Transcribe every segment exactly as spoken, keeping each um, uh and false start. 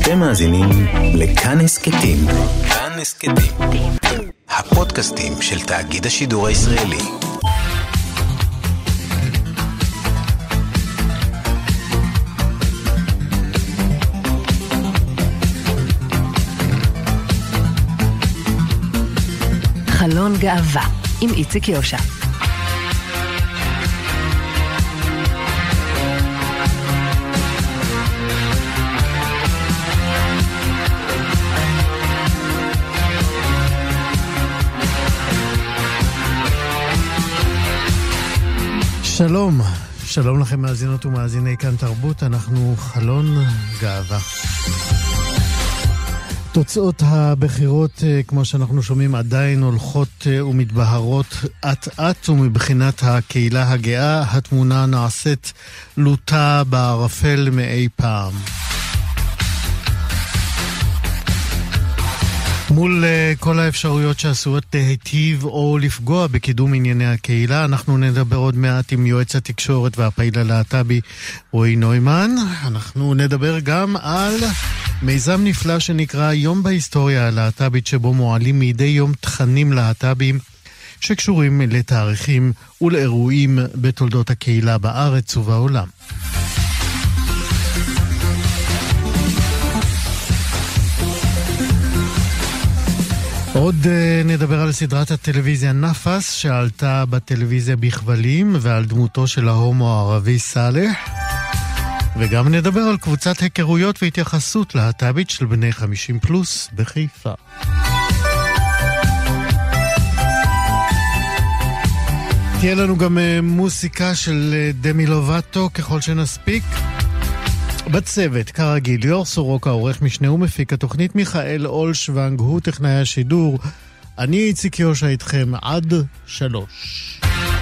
אתם מאזינים לכאן הסכתים. כאן הסכתים. הפודקאסטים של תאגיד השידור הישראלי. חלון גאווה עם איציק יושע. שלום, שלום לכם מאזינות ומאזיני כאן תרבות, אנחנו חלון גאווה. תוצאות הבחירות, כמו שאנחנו שומעים, עדיין הולכות ומתבהרות אט-אט, ומבחינת הקהילה הגאה התמונה נעשית לוטה בערפל מאי פעם. מול כל האפשרויות שעשויות להיטיב או לפגוע בקידום ענייני הקהילה, אנחנו נדבר עוד מעט עם יועץ התקשורת והפעיל הלהט"בי רועי נוימן. אנחנו נדבר גם על מיזם נפלא שנקרא יום בהיסטוריה הלהט"בית, שבו מועלים מדי יום תכנים להט"בים שקשורים לתאריכים ולאירועים בתולדות הקהילה בארץ ובעולם. עוד נדבר על סדרת הטלוויזיה נפס שעלתה בטלוויזיה בכבלים ועל דמותו של ההומו הערבי סאלח, וגם נדבר על קבוצת היכרויות והתייחסות להט"בית של בני חמישים פלוס בחיפה. תהיה לנו גם מוסיקה של דמי לובטו ככל שנספיק. בצוות, כרגיל, ליאור סורוקה, עורך משנה ומפיק התוכנית, מיכאל אולשוונג, הוא טכנאי השידור. אני איציק יושע איתכם עד שלוש.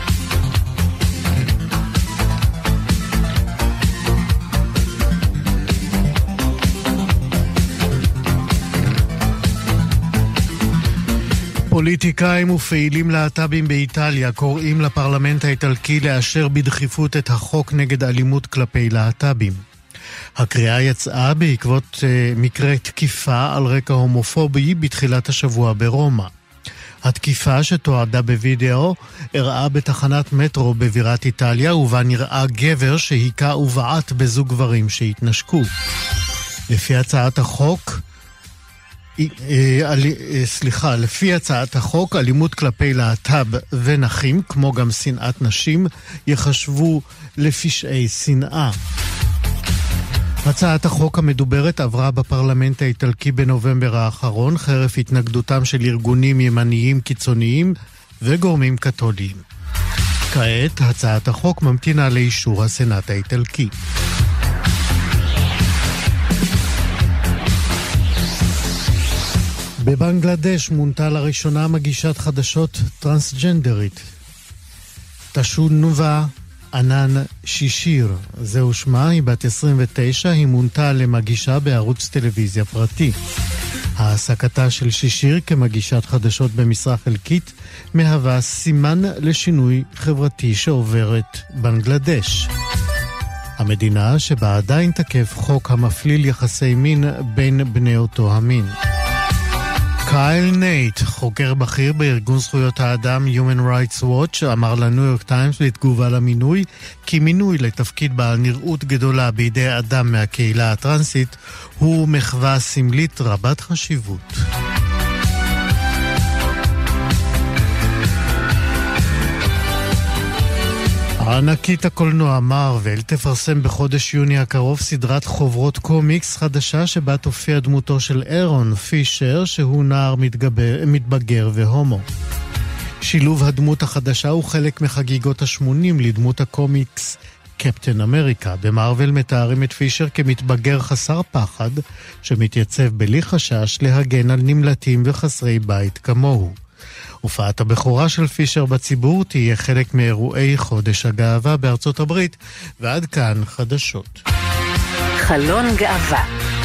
פוליטיקאים ופעילים להט"בים באיטליה קוראים לפרלמנט האיטלקי לאשר בדחיפות את החוק נגד אלימות כלפי להט"בים. הקריאה יצאה בעקבות uh, מקרה תקיפה על רקע הומופובי בתחילת השבוע ברומא. התקיפה שתועדה בווידאו הראה בתחנת מטרו בבירת איטליה, ובה נראה גבר שהיכה ובעט בזוג גברים שהתנשקו. לפי הצעת החוק, אה, אה, סליחה, לפי הצעת החוק, אלימות כלפי להט"ב ונשים, כמו גם שנאת נשים, יחשבו לפשעי שנאה. הצעת החוק המדוברת עברה בפרלמנט האיטלקי בנובמבר האחרון, חרף התנגדותם של ארגונים ימניים קיצוניים וגורמים קתוליים. כעת הצעת החוק ממתינה לאישור הסנאט האיטלקי. בבנגלדש מונתה לראשונה מגישת חדשות טרנסג'נדרית. תשונובה ענן שישיר, זהו שמה, היא בת עשרים ותשע, היא מונתה למגישה בערוץ טלוויזיה פרטי. העסקתה של שישיר כמגישת חדשות במשרה חלקית מהווה סימן לשינוי חברתי שעוברת בנגלדש, המדינה שבה עדיין תקף חוק המפליל יחסי מין בין בני אותו המין. קייל נייט, חוקר בכיר בארגון זכויות האדם Human Rights Watch, אמר לניו יורק טיימס בתגובה למינוי כי מינוי לתפקיד בעל נראות גדולה בידי אדם מהקהילה הטרנסית הוא מחווה סמלית רבת חשיבות. ענקית הקולנוע מארוול תפרסם בחודש יוני הקרוב סדרת חוברות קומיקס חדשה שבה תופיע דמותו של אירון פישר, שהוא נער מתגבר, מתבגר והומו. שילוב הדמות החדשה הוא חלק מחגיגות ה-שמונים לדמות הקומיקס קפטן אמריקה. במארוול מתארים את פישר כמתבגר חסר פחד שמתייצב בלי חשש להגן על נמלטים וחסרי בית כמוהו. הופעת הבכורה של פישר בציבור תהיה חלק מאירועי חודש הגאווה בארצות הברית. ועד כאן חדשות. חלון גאווה.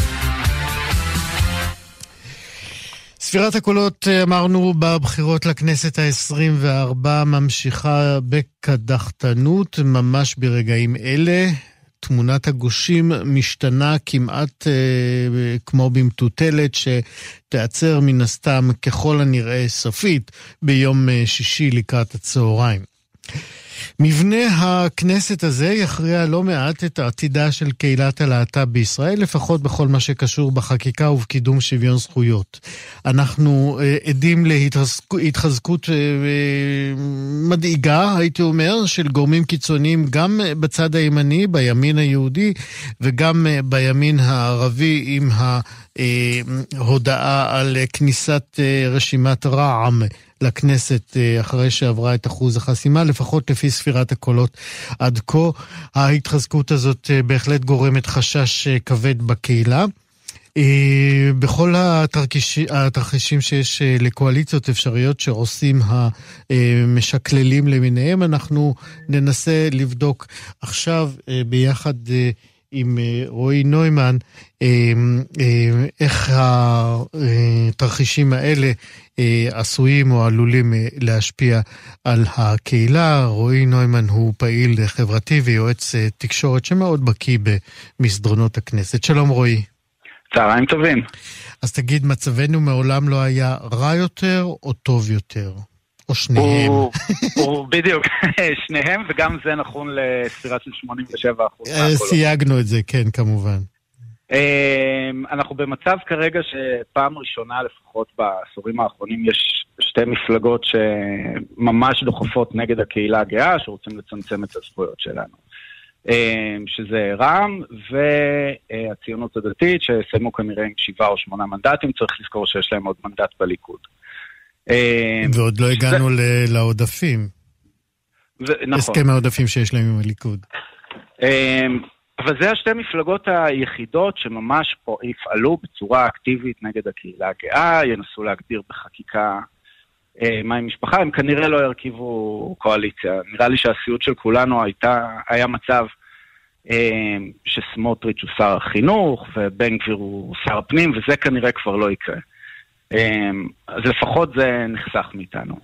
ספירת הקולות, אמרנו, בבחירות לכנסת ה-עשרים וארבע ממשיכה בקדחתנות ממש ברגעים אלה. תמונת הגושים משתנה כמעט אה, כמו במטוטלת שתעצר מן הסתם ככל הנראה סופית ביום אה, שישי לקראת הצהריים. מבנה הכנסת הזה יכריע לא מעט את העתידה של קהילת הלהט"ב בישראל, לפחות בכל מה שקשור בחקיקה ובקידום שוויון זכויות. אנחנו אה, עדים להתחזקות אה, מדאיגה, הייתי אומר, של גורמים קיצוניים גם בצד הימני, בימין היהודי, וגם אה, בימין הערבי עם ההודעה על כניסת אה, רשימת רע"מ לכנסת אחרי שעברה את אחוז החסימה, לפחות לפי ספירת הקולות עד כה. ההתחזקות הזאת בהחלט גורמת חשש כבד בקהילה. בכל התרחישים שיש לקואליציות אפשריות שעושים המשקללים למיניהם, אנחנו ננסה לבדוק עכשיו ביחד עם רועי נוימן איך התרחישים האלה עשויים או עלולים להשפיע על הקהילה. רועי נוימן הוא פעיל חברתי ויועץ תקשורת שמאוד בקיא במסדרונות הכנסת. שלום רועי. צהריים טובים. אז תגיד, מצבנו מעולם לא היה רע יותר או טוב יותר? או שניהם? הוא, הוא בדיוק, שניהם, וגם זה נכון לספירה של שמונים ושבע אחוז. סייגנו את זה, כן, כמובן. אנחנו במצב כרגע שפעם ראשונה לפחות בעשורים האחרונים יש שתי מפלגות שממש דוחפות נגד הקהילה הגאה, שרוצים לצמצם את הזכויות שלנו. שזה רע"מ והציונות הדתית, שסיימו כנראה עם שבעה או שמונה מנדטים, צריך לזכור שיש להם עוד מנדט בליכוד. ועוד לא הגענו לעודפים. הסכם העודפים שיש להם עם הליכוד. אבל זה השתי מפלגות היחידות שממש פה יפעלו בצורה אקטיבית נגד הקהילה הגאה, ינסו להגדיר בחקיקה מהי משפחה, הם כנראה לא ירכיבו קואליציה. נראה לי שהסיוט של כולנו הייתה, היה מצב שסמוטריץ' הוא שר החינוך ובן גביר הוא שר הפנים, וזה כנראה כבר לא יקרה. אז לפחות זה נחסך מאיתנו.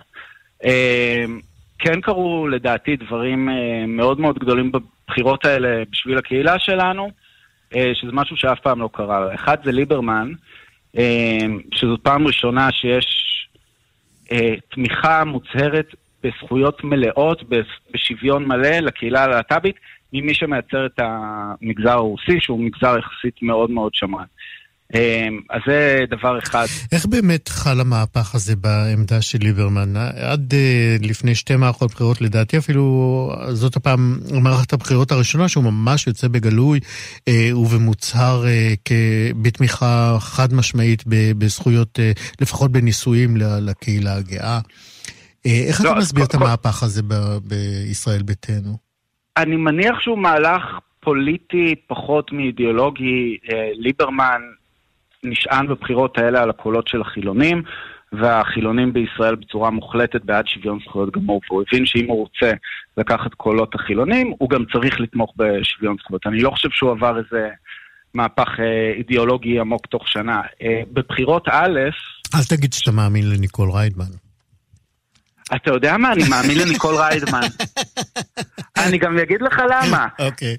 כן קראו לדעתי דברים מאוד מאוד גדולים בבחירות האלה בשביל הקהילה שלנו, שזה משהו שאף פעם לא קרה. אחד זה ליברמן, שזאת פעם ראשונה שיש תמיכה מוצהרת בזכויות מלאות, בשוויון מלא לקהילה הלהט"בית, ממי שמייצר את המגזר הרוסי, שהוא מגזר יחסית מאוד מאוד שמרן. אז זה דבר אחד. איך באמת חל המהפך הזה בעמדה של ליברמן? עד לפני שתי מערכות בחירות לדעתי, אפילו זאת הפעם מערכת הבחירות הראשונה שהוא ממש יוצא בגלוי ובמוצהר בתמיכה חד משמעית בזכויות, לפחות בנישואים לקהילה הגאה. איך אתה מסביר את המהפך הזה בישראל ביתנו? אני מניח שהוא מהלך פוליטי פחות מאידיאולוגי. ליברמן נשען בבחירות האלה על הקולות של החילונים, והחילונים בישראל בצורה מוחלטת בעד שוויון זכויות גמור, והוא הבין שאם הוא רוצה לקחת קולות החילונים, הוא גם צריך לתמוך בשוויון זכויות. אני לא חושב שהוא עבר איזה מהפך אידיאולוגי עמוק תוך שנה. בבחירות א', אל תגיד שאתה מאמין לניקול ריידמן. אתה יודע מה? אני מאמין לניקול ריידמן. אני גם אגיד לך למה. אוקיי.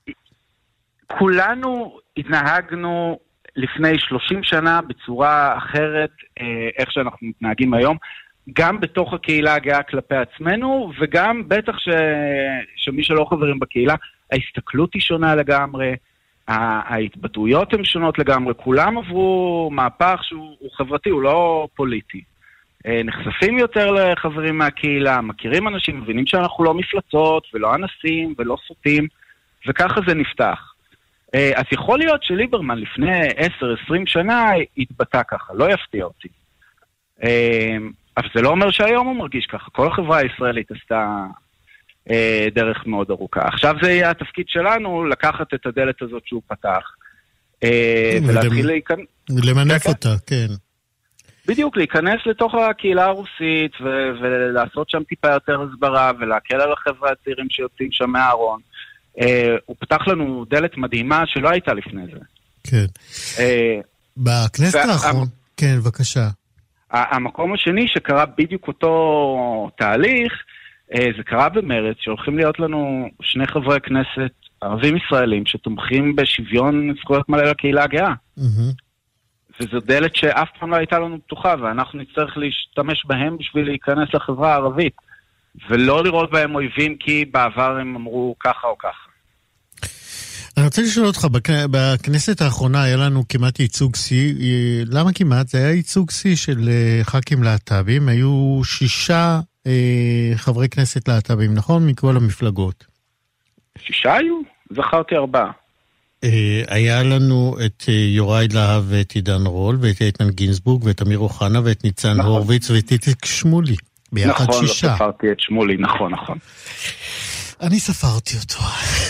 כולנו התנהגנו לפני שלושים שנה בצורה אחרת, איך שאנחנו מתנהגים היום, גם בתוך הקהילה הגאה כלפי עצמנו, וגם בטח ש... שמי שלא חברים בקהילה, ההסתכלות היא שונה לגמרי, ההתבטאויות הן שונות לגמרי, כולם עברו מהפך שהוא חברתי, הוא לא פוליטי. נחשפים יותר לחברים מהקהילה, מכירים אנשים, מבינים שאנחנו לא מפלצות, ולא אנסים, ולא סוטים, וככה זה נפתח. אז יכול להיות שליברמן לפני עשר עשרים שנה התבטא ככה, לא יפתיע אותי. אבל זה לא אומר שהיום הוא מרגיש ככה, כל החברה הישראלית עשתה דרך מאוד ארוכה. עכשיו זה יהיה התפקיד שלנו לקחת את הדלת הזאת שהוא פתח, ולהתחיל להיכנס... למנף אותה, כן. בדיוק, להיכנס לתוך הקהילה הרוסית, ולעשות שם טיפה יותר הסברה, ולהקל על החברה הצעירים שיוצאים שם מהארון. הוא פתח לנו דלת מדהימה שלא הייתה לפני זה. כן. בכנסת האחרון, כן, בבקשה. המקום השני שקרה בדיוק אותו תהליך, זה קרה במרץ, שהולכים להיות לנו שני חברי כנסת ערבים ישראלים שתומכים בשוויון זכויות מלא לקהילה הגאה. וזו דלת שאף פעם לא הייתה לנו פתוחה, ואנחנו נצטרך להשתמש בהם בשביל להיכנס לחברה הערבית, ולא לראות בהם אויבים כי בעבר הם אמרו ככה או ככה. אני רוצה לשאול אותך, בכנסת האחרונה היה לנו כמעט ייצוג סי, למה כמעט? זה היה ייצוג סי של ח"כים להט"בים, היו שישה אה, חברי כנסת להט"בים, נכון? מכל המפלגות. שישה היו? זכרתי ארבעה. אה, היה לנו את אה, יוראי להב ואת עידן רול, ואת איתן גינזבורג, ואת אמיר אוחנה, ואת ניצן נכון. הורוביץ, ואת איציק שמולי. ביחד נכון, שישה. נכון, לא ספרתי את שמולי, נכון, נכון. אני ספרתי אותו.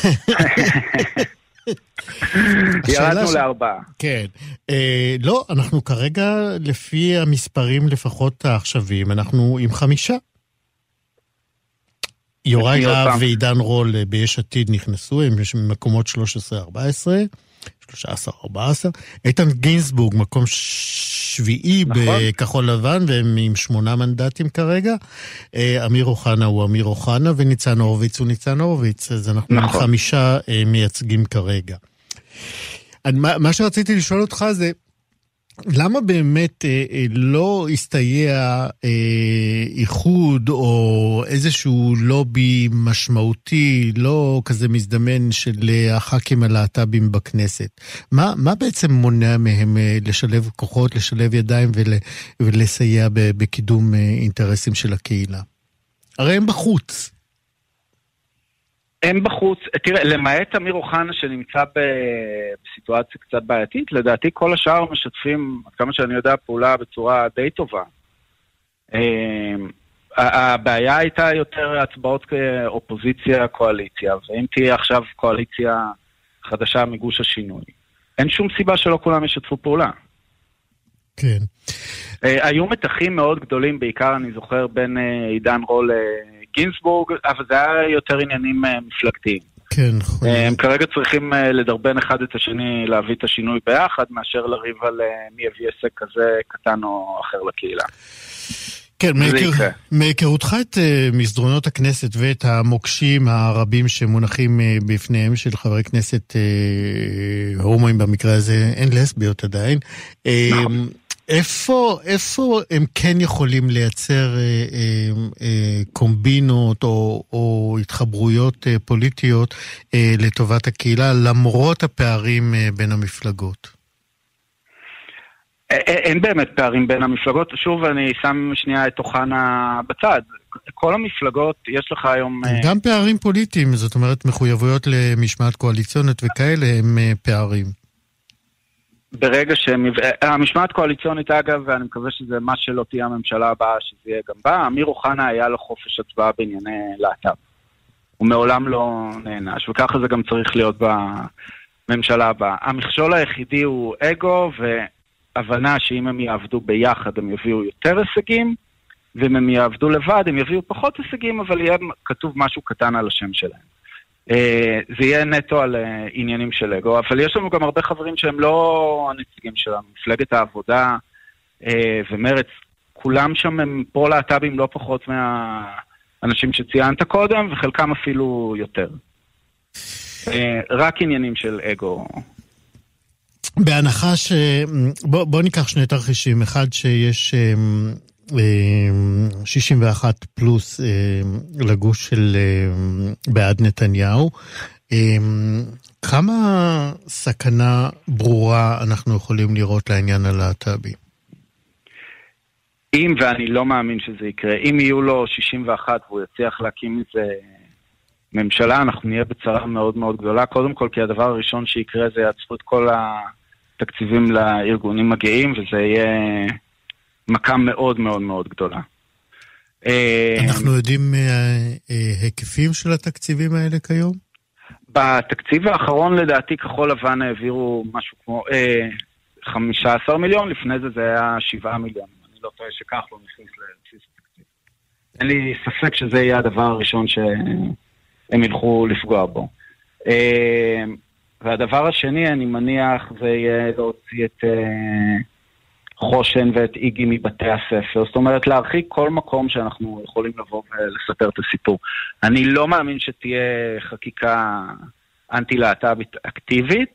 ירדנו לארבעה. כן. אה, לא, אנחנו כרגע, לפי המספרים לפחות העכשווים, אנחנו עם חמישה. יוראי להב ועידן רול ביש עתיד נכנסו, הם מקומות שלוש עשרה ארבע עשרה, שלוש עשרה ארבע עשרה. איתן גינזבורג, מקום שביעי נכון. בכחול לבן, והם עם שמונה מנדטים כרגע. אמיר אוחנה הוא אמיר אוחנה, וניצן הורוביץ הוא ניצן הורוביץ. אז אנחנו נכון. עם חמישה מייצגים כרגע. מה, מה שרציתי לשאול אותך זה, למה באמת אה, אה, לא הסתייע אה, איחוד או איזשהו לובי משמעותי, לא כזה מזדמן של הח"כים הלהט"בים בכנסת? מה, מה בעצם מונע מהם אה, לשלב כוחות, לשלב ידיים ול, ולסייע ב, בקידום אה, אינטרסים של הקהילה? הרי הם בחוץ. הם בחוץ, תראה, למעט אמיר אוחנה שנמצא בסיטואציה קצת בעייתית, לדעתי כל השאר משתפים, עד כמה שאני יודע, פעולה בצורה די טובה. הבעיה הייתה יותר הצבעות כאופוזיציה, קואליציה, ואם תהיה עכשיו קואליציה חדשה מגוש השינוי, אין שום סיבה שלא כולם ישתפו פעולה. כן. היו מתחים מאוד גדולים, בעיקר אני זוכר בין עידן רול גינסבורג, אבל זה היה יותר עניינים מפלגתיים. כן, נכון. הם כרגע צריכים לדרבן אחד את השני, להביא את השינוי ביחד, מאשר לריב על מי יביא הישג כזה קטן או אחר לקהילה. כן, מהיכרותך את מסדרונות הכנסת ואת המוקשים הרבים שמונחים בפניהם של חברי כנסת הומואים במקרה הזה, אין לסביות עדיין, נכון. איפה, איפה הם כן יכולים לייצר אה, אה, אה, קומבינות או, או התחברויות אה, פוליטיות אה, לטובת הקהילה, למרות הפערים אה, בין המפלגות? אין באמת פערים בין המפלגות. שוב, אני שם שנייה את אוחנה בצד. כל המפלגות, יש לך היום... גם פערים פוליטיים, זאת אומרת, מחויבויות למשמעת קואליציונית וכאלה, הם אה, פערים. ברגע שהם... המשמעת קואליציונית, אגב, ואני מקווה שזה מה שלא תהיה הממשלה הבאה, שזה יהיה גם בה, אמיר אוחנה היה לו חופש הצבעה בענייני להט"ב. הוא מעולם לא נענש, וככה זה גם צריך להיות בממשלה הבאה. המכשול היחידי הוא אגו, והבנה שאם הם יעבדו ביחד, הם יביאו יותר הישגים, ואם הם יעבדו לבד, הם יביאו פחות הישגים, אבל יהיה כתוב משהו קטן על השם שלהם. זה יהיה נטו על עניינים של אגו, אבל יש לנו גם הרבה חברים שהם לא הנציגים שלנו, מפלגת העבודה ומרץ, כולם שם הם פה להט"בים לא פחות מהאנשים שציינת קודם, וחלקם אפילו יותר. רק עניינים של אגו. בהנחה ש... בוא, בוא ניקח שני תרחישים, אחד שיש... שישים ואחת פלוס לגוש של בעד נתניהו. כמה סכנה ברורה אנחנו יכולים לראות לעניין הלהט"בי? אם, ואני לא מאמין שזה יקרה, אם יהיו לו שישים ואחת והוא יצליח להקים איזה ממשלה, אנחנו נהיה בצרה מאוד מאוד גדולה. קודם כל, כי הדבר הראשון שיקרה זה יעצרו את כל התקציבים לארגונים הגאים, וזה יהיה... מכה מאוד מאוד מאוד גדולה. אנחנו יודעים היקפים של התקציבים האלה כיום? בתקציב האחרון לדעתי כחול לבן העבירו משהו כמו חמישה עשר מיליון, לפני זה זה היה שבעה מיליון. אני לא טועה שכך לא נכניס לבסיס התקציב. אין לי ספק שזה יהיה הדבר הראשון שהם ילכו לפגוע בו. והדבר השני אני מניח זה יהיה להוציא את... חושן ואת איגי מבתי הספר, זאת אומרת להרחיק כל מקום שאנחנו יכולים לבוא ולספר את הסיפור. אני לא מאמין שתהיה חקיקה אנטי-להט"בית אקטיבית,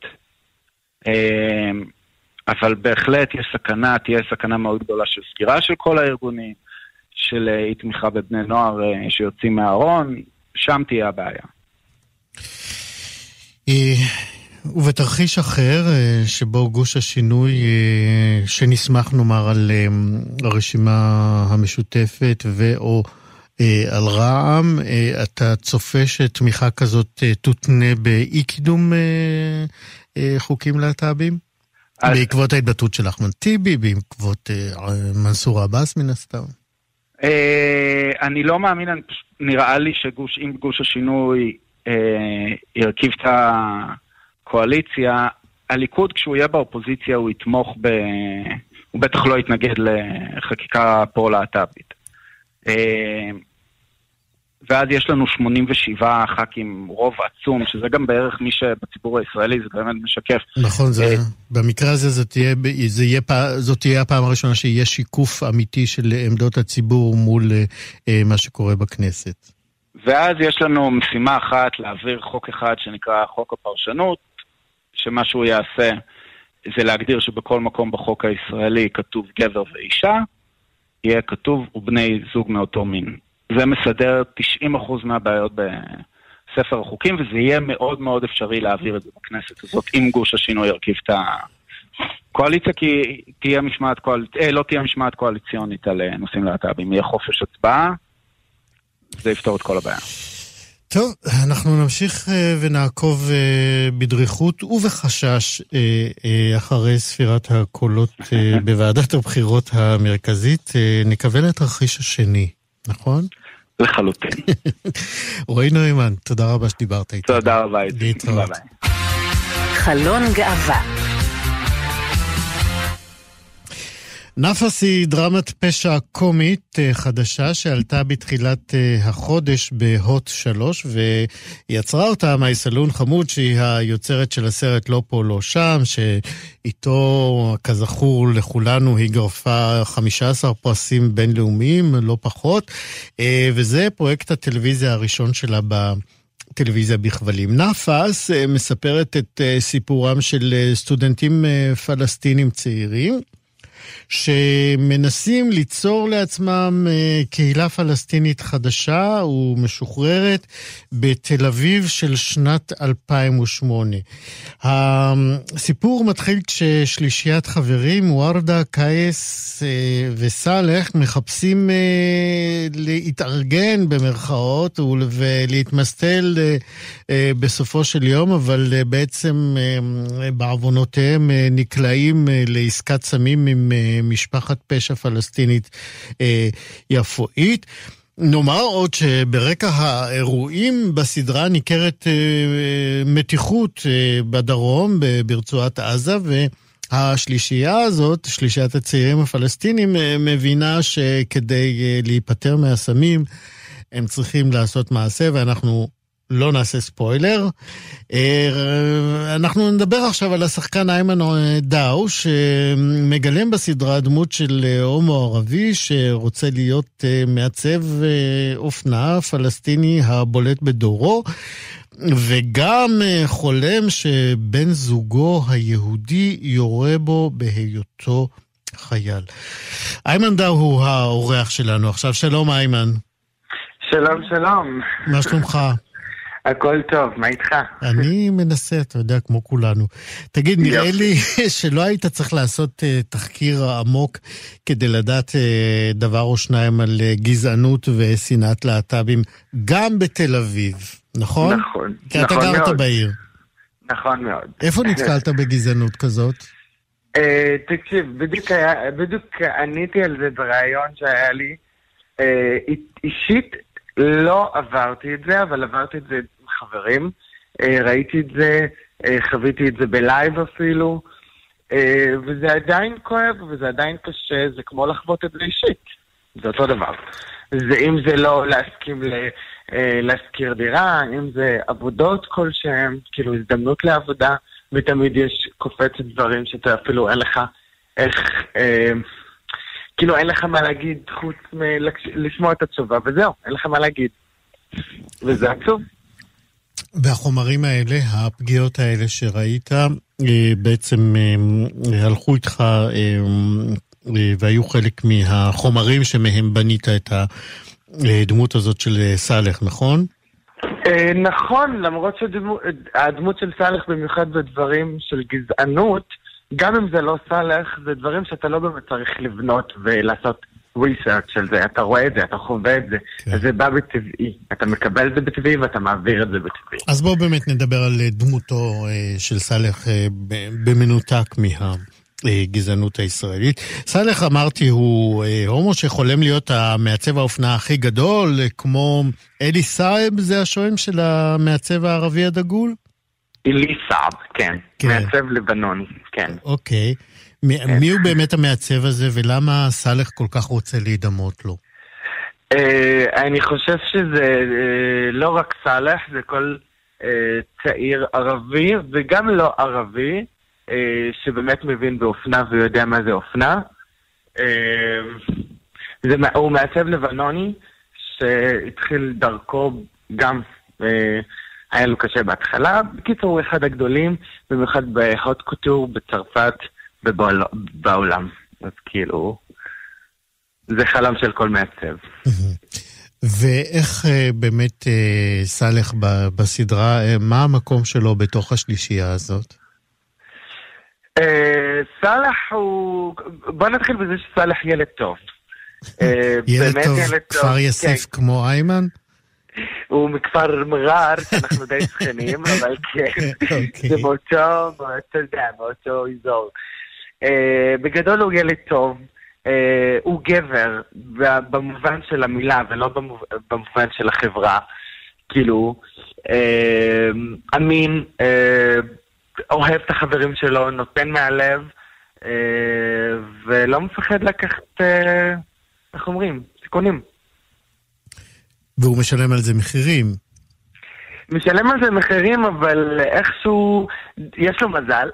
אבל בהחלט יש סכנה, תהיה סכנה מאוד גדולה של סגירה של כל הארגונים, של אי תמיכה בבני נוער שיוצאים מהארון, שם תהיה הבעיה. ובתרחיש אחר, שבו גוש השינוי, שנשמח נאמר על הרשימה המשותפת ואו על רע"מ, אתה צופה שתמיכה כזאת תותנה באי קידום חוקים להט"בים? בעקבות ההתבטאות של אחמד טיבי, בעקבות מנסור עבאס מן הסתם? אני לא מאמין, נראה לי שאם גוש השינוי ירכיב את הקואליציה, הליכוד כשהוא יהיה באופוזיציה הוא יתמוך ב... הוא בטח לא יתנגד לחקיקה פרו-להט"בית. ואז יש לנו שמונים ושבעה ח"כים, רוב עצום, שזה גם בערך מי שבציבור הישראלי, זה באמת משקף. נכון, זה, במקרה הזה זאת תהיה, זה יהיה, זאת תהיה הפעם הראשונה שיהיה שיקוף אמיתי של עמדות הציבור מול מה שקורה בכנסת. ואז יש לנו משימה אחת להעביר חוק אחד שנקרא חוק הפרשנות, שמה שהוא יעשה זה להגדיר שבכל מקום בחוק הישראלי כתוב גבר ואישה, יהיה כתוב ובני זוג מאותו מין. זה מסדר תשעים אחוז מהבעיות בספר החוקים, וזה יהיה מאוד מאוד אפשרי להעביר את זה בכנסת הזאת, אם גוש השינוי ירכיב את הקואליציה, כי תהיה משמעת קואליצ... אה, לא תהיה משמעת קואליציונית על נושאים להט"בים, יהיה חופש הצבעה, זה יפתור את כל הבעיה. טוב, אנחנו נמשיך ונעקוב בדריכות ובחשש אחרי ספירת הקולות בוועדת הבחירות המרכזית. נקווה לתרחיש השני, נכון? לחלוטין. רועי נוימן, תודה רבה שדיברת איתי. תודה רבה. להתראות. חלון גאווה. נפס היא דרמת פשע קומית חדשה שעלתה בתחילת החודש בהוט שלוש, ויצרה אותה מייסלון חמוד, שהיא היוצרת של הסרט לא פה לא שם, שאיתו כזכור לכולנו היא גרפה חמישה עשר פרסים בינלאומיים, לא פחות, וזה פרויקט הטלוויזיה הראשון שלה ב... טלוויזיה בכבלים. נפס מספרת את סיפורם של סטודנטים פלסטינים צעירים, שמנסים ליצור לעצמם קהילה פלסטינית חדשה ומשוחררת בתל אביב של שנת אלפיים ושמונה. הסיפור מתחיל כששלישיית חברים, וורדה, קייס וסלח, מחפשים להתארגן במרכאות ולהתמסטל בסופו של יום, אבל בעצם בעוונותיהם נקלעים לעסקת סמים עם משפחת פשע פלסטינית אה, יפואית. נאמר עוד שברקע האירועים בסדרה ניכרת אה, מתיחות אה, בדרום, ברצועת עזה, והשלישייה הזאת, שלישיית הצעירים הפלסטינים, אה, מבינה שכדי אה, להיפטר מהסמים הם צריכים לעשות מעשה, ואנחנו לא נעשה ספוילר. אנחנו נדבר עכשיו על השחקן איימן דאו, שמגלם בסדרה דמות של הומו ערבי שרוצה להיות מעצב אופנה פלסטיני הבולט בדורו, וגם חולם שבן זוגו היהודי יורה בו בהיותו חייל. איימן דאו הוא האורח שלנו עכשיו. שלום איימן. שלום שלום. מה שלומך? הכל טוב, מה איתך? אני מנסה, אתה יודע, כמו כולנו. תגיד, נראה לי שלא היית צריך לעשות תחקיר עמוק כדי לדעת דבר או שניים על גזענות ושנאת להט"בים, גם בתל אביב, נכון? נכון, כי אתה גרת בעיר. נכון מאוד. איפה נתקלת בגזענות כזאת? תקשיב, בדיוק עניתי על זה ברעיון שהיה לי. אישית לא עברתי את זה, אבל עברתי את זה עם חברים. ראיתי את זה, חוויתי את זה בלייב אפילו, וזה עדיין כואב, וזה עדיין קשה, זה כמו לחוות את זה אישית. זה אותו דבר. זה, אם זה לא להסכים ל, להזכיר דירה, אם זה עבודות כלשהם, כאילו הזדמנות לעבודה, ותמיד יש קופצת דברים שאתה אפילו אין לך איך... כאילו אין לך מה להגיד חוץ מלשמוע את התשובה, וזהו, אין לך מה להגיד. וזה עצוב. והחומרים האלה, הפגיעות האלה שראית, בעצם הלכו איתך והיו חלק מהחומרים שמהם בנית את הדמות הזאת של סלח, נכון? נכון, למרות שהדמות של סלח במיוחד בדברים של גזענות, גם אם זה לא סלח, זה דברים שאתה לא באמת צריך לבנות ולעשות ריסרצ' של זה, אתה רואה את זה, אתה חווה את זה, כן. זה בא בטבעי, אתה מקבל את זה בטבעי ואתה מעביר את זה בטבעי. אז בואו באמת נדבר על דמותו של סלח במנותק מהגזענות הישראלית. סלח, אמרתי, הוא הומו שחולם להיות המעצב האופנה הכי גדול, כמו אלי סאב, זה השם של המעצב הערבי הדגול? אלי סאב, כן, כן. מעצב לבנוני, כן. אוקיי. מי, כן. מי הוא באמת המעצב הזה, ולמה סלח כל כך רוצה להידמות לו? Uh, אני חושב שזה uh, לא רק סלח, זה כל uh, צעיר ערבי, וגם לא ערבי, uh, שבאמת מבין באופנה ויודע מה זה אופנה. Uh, זה, הוא מעצב לבנוני, שהתחיל דרכו גם... Uh, היה לו קשה בהתחלה. בקיצור, הוא אחד הגדולים, במיוחד בהוט קוטור בצרפת ובעולם. אז כאילו, זה חלם של כל מעצב. ואיך באמת סלח בסדרה, מה המקום שלו בתוך השלישייה הזאת? סלח הוא... בוא נתחיל בזה שסלח ילד טוב. ילד טוב, כפר יסיף כמו איימן? הוא מכפר מרר, שאנחנו די שכנים, אבל כן, זה מאותו, אתה יודע, מאותו אזור. בגדול הוא ילד טוב, הוא גבר, במובן של המילה, ולא במובן של החברה. כאילו, אמין, אוהב את החברים שלו, נותן מהלב, ולא מפחד לקחת, איך אומרים, סיכונים. והוא משלם על זה מחירים. משלם על זה מחירים, אבל איכשהו, יש לו מזל.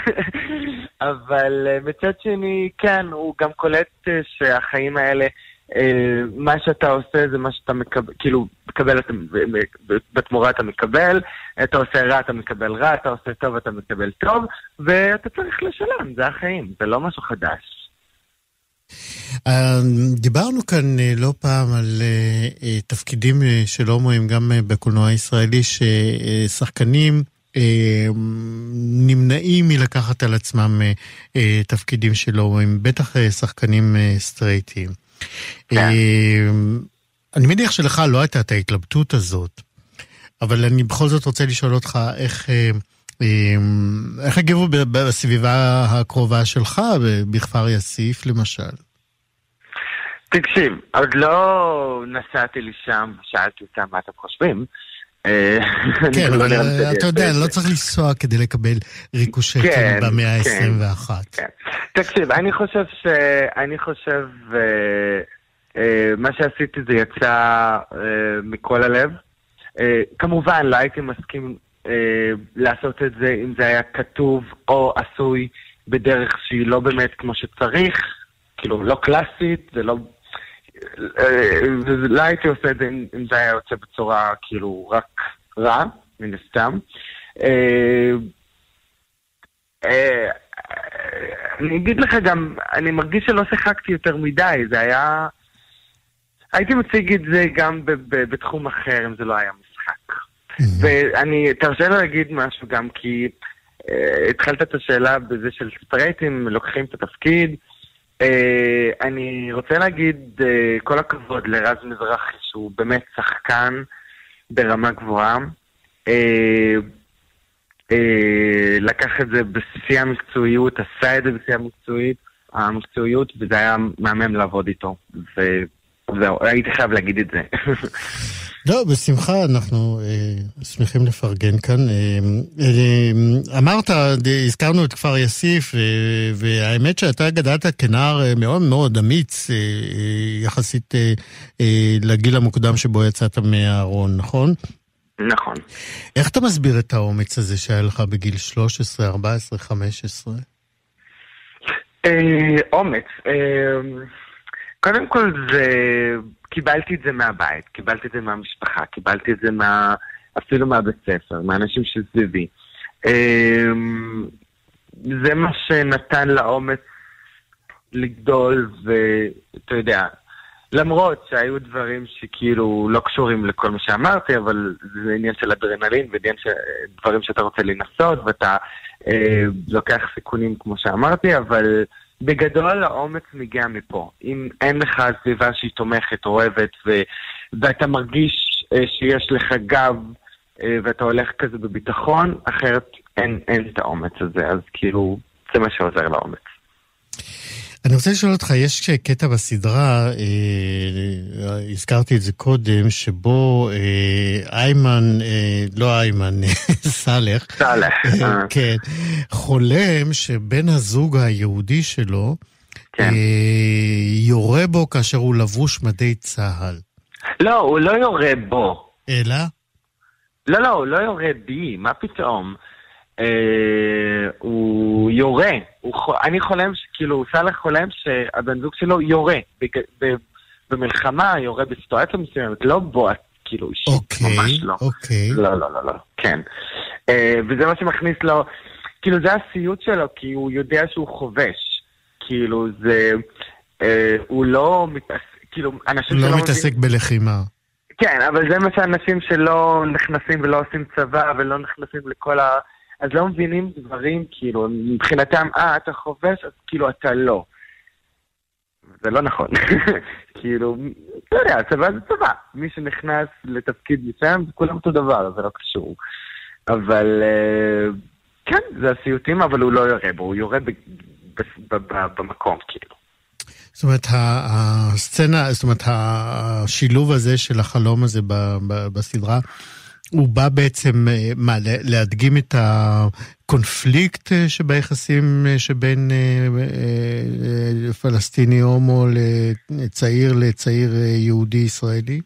אבל מצד שני, כן, הוא גם קולט שהחיים האלה, מה שאתה עושה זה מה שאתה מקבל, כאילו, מקבל, בתמורה אתה מקבל, אתה עושה רע, אתה מקבל רע, אתה עושה טוב, אתה מקבל טוב, ואתה צריך לשלם, זה החיים, זה לא משהו חדש. דיברנו כאן לא פעם על תפקידים של הומואים גם בקולנוע הישראלי, ששחקנים נמנעים מלקחת על עצמם תפקידים של הומואים, בטח שחקנים סטרייטים. אני מניח שלך לא הייתה את ההתלבטות הזאת, אבל אני בכל זאת רוצה לשאול אותך איך איך הגיבו בסביבה הקרובה שלך, בכפר יסיף למשל? תקשיב, עוד לא נסעתי לי שם, שאלתי אותם מה אתם חושבים. כן, אבל אתה יודע, לא צריך לנסוע כדי לקבל ריקושטים במאה ה-עשרים ואחת. תקשיב, אני חושב ש... אני חושב... מה שעשיתי זה יצא מכל הלב. כמובן, לא הייתי מסכים לעשות את זה אם זה היה כתוב או עשוי בדרך שהיא לא באמת כמו שצריך, כאילו לא קלאסית, זה לא... לא הייתי עושה את זה אם זה היה יוצא בצורה כאילו רק רע, מן הסתם. אני אגיד לך גם, אני מרגיש שלא שיחקתי יותר מדי, זה היה... הייתי מציג את זה גם בתחום אחר אם זה לא היה משחק. ואני, תרשה לי להגיד משהו גם, כי uh, התחלת את השאלה בזה של סטרייטים, לוקחים את התפקיד. Uh, אני רוצה להגיד uh, כל הכבוד לרז מזרחי, שהוא באמת שחקן ברמה גבוהה. Uh, uh, לקח את זה בשיא המקצועיות, עשה את זה בשיא המקצועיות, המקצועיות, וזה היה מהמם לעבוד איתו. וזהו, הייתי חייב להגיד את זה. לא, בשמחה, אנחנו אה, שמחים לפרגן כאן. אה, אה, אמרת, הזכרנו את כפר יסיף, אה, והאמת שאתה גדלת כנער אה, מאוד מאוד אמיץ, אה, אה, יחסית אה, אה, לגיל המוקדם שבו יצאת מהארון, נכון? נכון. איך אתה מסביר את האומץ הזה שהיה לך בגיל שלוש עשרה, ארבע עשרה, חמש עשרה? אה, אומץ. אה... קודם כל זה, קיבלתי את זה מהבית, קיבלתי את זה מהמשפחה, קיבלתי את זה מה, אפילו מהבית ספר, מהאנשים שסביבי. זה מה שנתן לאומץ לגדול, ואתה יודע, למרות שהיו דברים שכאילו לא קשורים לכל מה שאמרתי, אבל זה עניין של אדרנלין, ועניין של דברים שאתה רוצה לנסות, ואתה אה, לוקח סיכונים כמו שאמרתי, אבל בגדול האומץ מגיע מפה. אם אין לך סביבה שהיא תומכת, אוהבת, ו... ואתה מרגיש אה, שיש לך גב, אה, ואתה הולך כזה בביטחון, אחרת אין, אין את האומץ הזה, אז כאילו זה מה שעוזר לאומץ. אני רוצה לשאול אותך, יש קטע בסדרה, אה, הזכרתי את זה קודם, שבו אה, איימן, אה, לא איימן, סלח, סלח, אה, כן, חולם שבן הזוג היהודי שלו, כן. אה, יורה בו כאשר הוא לבוש מדי צהל. לא, הוא לא יורה בו. אלא? לא, לא, הוא לא יורה בי, מה פתאום? Uh, הוא יורה, הוא, אני חולם, כאילו, סלח חולם שהבן זוג שלו יורה בג, ב, במלחמה, יורה בסיטואציה מסוימת, לא בו, כאילו, אישית, okay, ממש לא. אוקיי. לא, לא, לא, לא, כן. Uh, וזה מה שמכניס לו, כאילו, זה הסיוט שלו, כי הוא יודע שהוא חובש. כאילו, זה, uh, הוא לא מתעסק, כאילו, אנשים לא שלא... לא מתעסק מבין... בלחימה. כן, אבל זה מה שאנשים שלא נכנסים ולא עושים צבא, ולא נכנסים לכל ה... אז לא מבינים דברים, כאילו, מבחינתם, אה, אתה חובש, אז כאילו, אתה לא. זה לא נכון. כאילו, אתה יודע, צבא זה צבא. מי שנכנס לתפקיד מסוים, זה כולם אותו דבר, זה לא קשור. אבל, כן, זה הסיוטים, אבל הוא לא יורה בו, הוא יורה במקום, כאילו. זאת אומרת, הסצנה, זאת אומרת, השילוב הזה של החלום הזה בסדרה, הוא בא בעצם, מה, להדגים את הקונפליקט שביחסים שבין פלסטיני הומו לצעיר לצעיר יהודי ישראלי?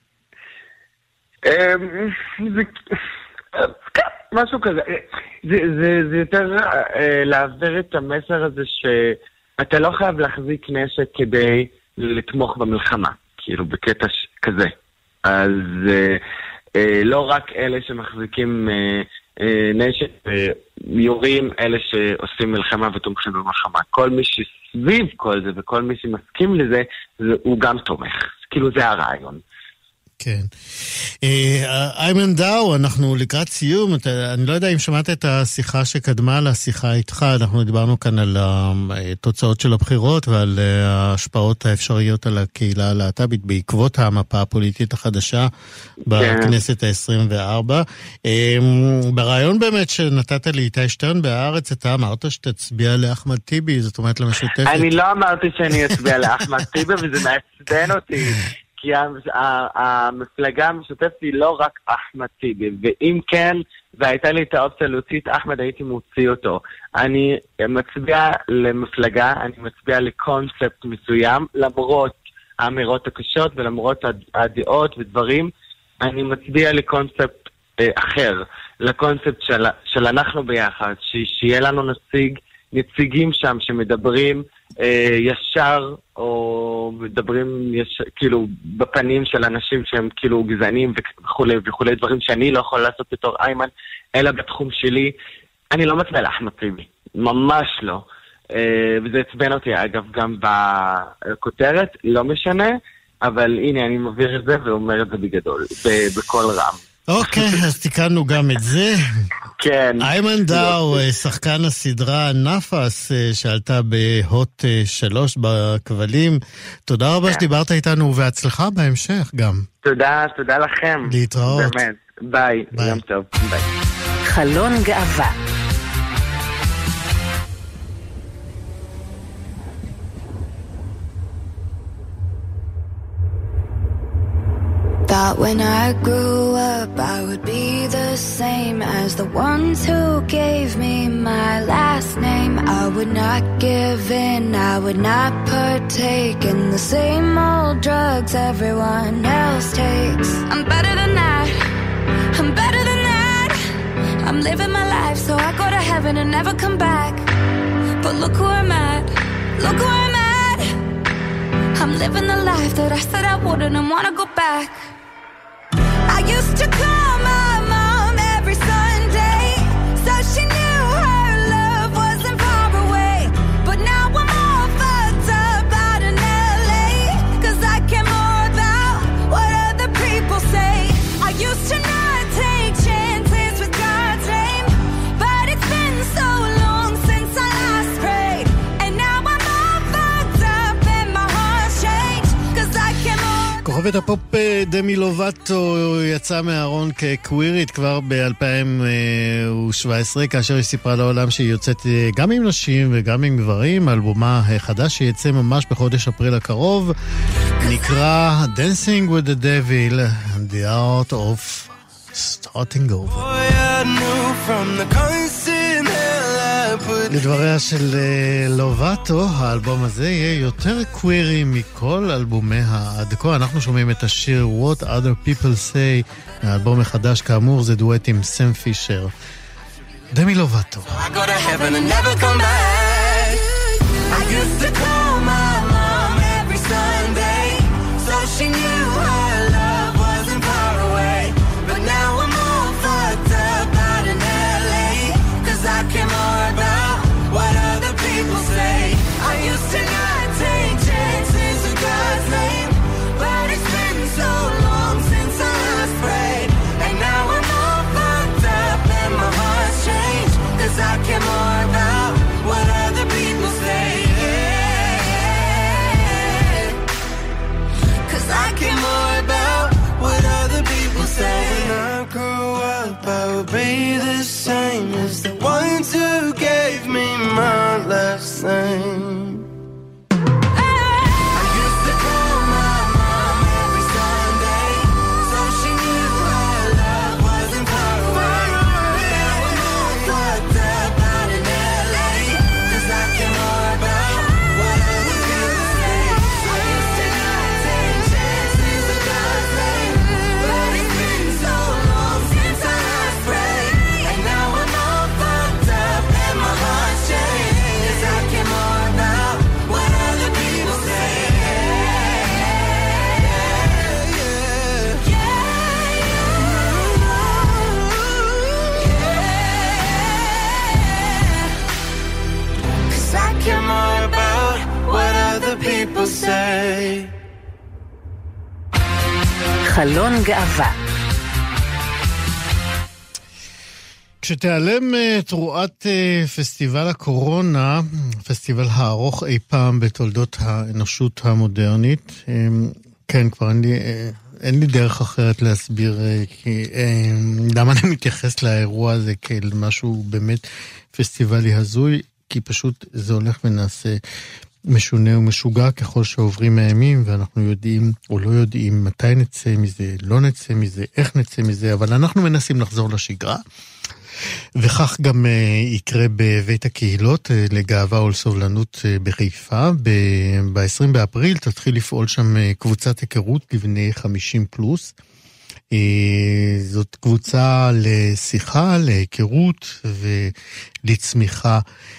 משהו כזה. זה יותר להעביר את המסר הזה שאתה לא חייב להחזיק נשק כדי לתמוך במלחמה, כאילו בקטע כזה. אז... לא רק אלה שמחזיקים נשק ויורים, אלה שעושים מלחמה ותומכים במלחמה. כל מי שסביב כל זה וכל מי שמסכים לזה, הוא גם תומך. כאילו זה הרעיון. כן. איימן דאו, אנחנו לקראת סיום, אני לא יודע אם שמעת את השיחה שקדמה לשיחה איתך, אנחנו דיברנו כאן על התוצאות של הבחירות ועל ההשפעות האפשריות על הקהילה הלהט"בית בעקבות המפה הפוליטית החדשה בכנסת ה-עשרים וארבע. ברעיון באמת שנתת לי איתי שטרן בהארץ, אתה אמרת שתצביע לאחמד טיבי, זאת אומרת למשותפת. אני לא אמרתי שאני אצביע לאחמד טיבי וזה מעצבן אותי. כי המפלגה המשותפת היא לא רק אחמד טיבי, ואם כן, והייתה לי את האופציה להוציא את אחמד, הייתי מוציא אותו. אני מצביע למפלגה, אני מצביע לקונספט מסוים, למרות האמירות הקשות ולמרות הדעות ודברים, אני מצביע לקונספט אה, אחר, לקונספט של, של אנחנו ביחד, ש, שיהיה לנו נציג, נציגים שם שמדברים אה, ישר, או מדברים יש, כאילו בפנים של אנשים שהם כאילו גזענים וכו' וכו', דברים שאני לא יכול לעשות בתור איימן, אלא בתחום שלי. אני לא מצביע לאחמד טיבי, ממש לא. אה, וזה הצבן אותי, אגב, גם בכותרת, לא משנה, אבל הנה אני מבהיר את זה ואומר את זה בגדול, בכל רם. אוקיי, אז תיקנו גם את זה. כן. איימן דאו, שחקן הסדרה נפס, שעלתה בהוט שלוש בכבלים. תודה רבה שדיברת איתנו, ובהצלחה בהמשך גם. תודה, תודה לכם. להתראות. באמת, ביי, יום טוב, ביי. חלון גאווה. Thought when I grew up I would be the same as the ones who gave me my last name. I would not give in, I would not partake in the same old drugs everyone else takes. I'm better than that, I'm better than that. I'm living my life so I go to heaven and never come back. But look who I'm at, look who I'm at. I'm living the life that I said I wouldn't and wanna go back. I used to call my כוכבת הפופ דמי לובטו יצאה מהארון כקווירית כבר ב-אלפיים שבע עשרה, כאשר היא סיפרה לעולם שהיא יוצאת גם עם נשים וגם עם גברים. אלבומה החדש שיצא ממש בחודש אפריל הקרוב נקרא Dancing with the Devil, The Art of Starting Over. לדבריה של לובטו, האלבום הזה יהיה יותר קווירי מכל אלבומיה עד כה. אנחנו שומעים את השיר What Other People Say, האלבום החדש כאמור זה דואט עם סם פישר. דמי לובטו. I go to heaven and never come back. I used to call my mom every Sunday, so she knew her love wasn't far away. But now I'm all fucked up out in L A, cause I care more about what other people say. I used to not take chances in God's name, but it's been so long since I last prayed. And now I'm all fucked up and my heart's changed, cause I care more about what other people say. Cause I care more about what other people say. When I grow up I will be the same as the ones who gave me my last name. חלון גאווה. כשתיעלם תרועת פסטיבל הקורונה, פסטיבל הארוך אי פעם בתולדות האנושות המודרנית, כן, כבר אין לי, אין לי דרך אחרת להסביר כי, למה אני מתייחס לאירוע הזה כאל משהו באמת פסטיבלי הזוי, כי פשוט זה הולך ונעשה משונה ומשוגע ככל שעוברים הימים, ואנחנו יודעים או לא יודעים מתי נצא מזה, לא נצא מזה, איך נצא מזה, אבל אנחנו מנסים לחזור לשגרה, וכך גם uh, יקרה בבית הקהילות uh, לגאווה ולסובלנות uh, בחיפה. ב-עשרים באפריל תתחיל לפעול שם uh, קבוצת היכרות לבני חמישים פלוס. Uh, זאת קבוצה לשיחה, להיכרות ולצמיחה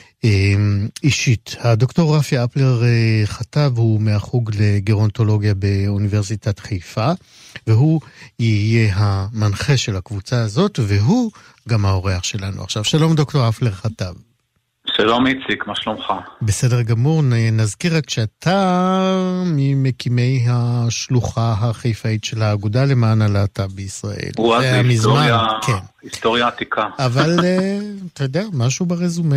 אישית. הדוקטור רפי אפלר חטב, הוא מהחוג לגרונטולוגיה באוניברסיטת חיפה, והוא יהיה המנחה של הקבוצה הזאת, והוא גם האורח שלנו. עכשיו, שלום דוקטור אפלר חטב. שלום איציק, מה שלומך? בסדר גמור, נזכיר רק שאתה ממקימי השלוחה החיפאית של האגודה למען הלהט"ב בישראל. וואו, זה היסטוריה, כן. היסטוריה עתיקה. אבל אתה יודע, משהו ברזומה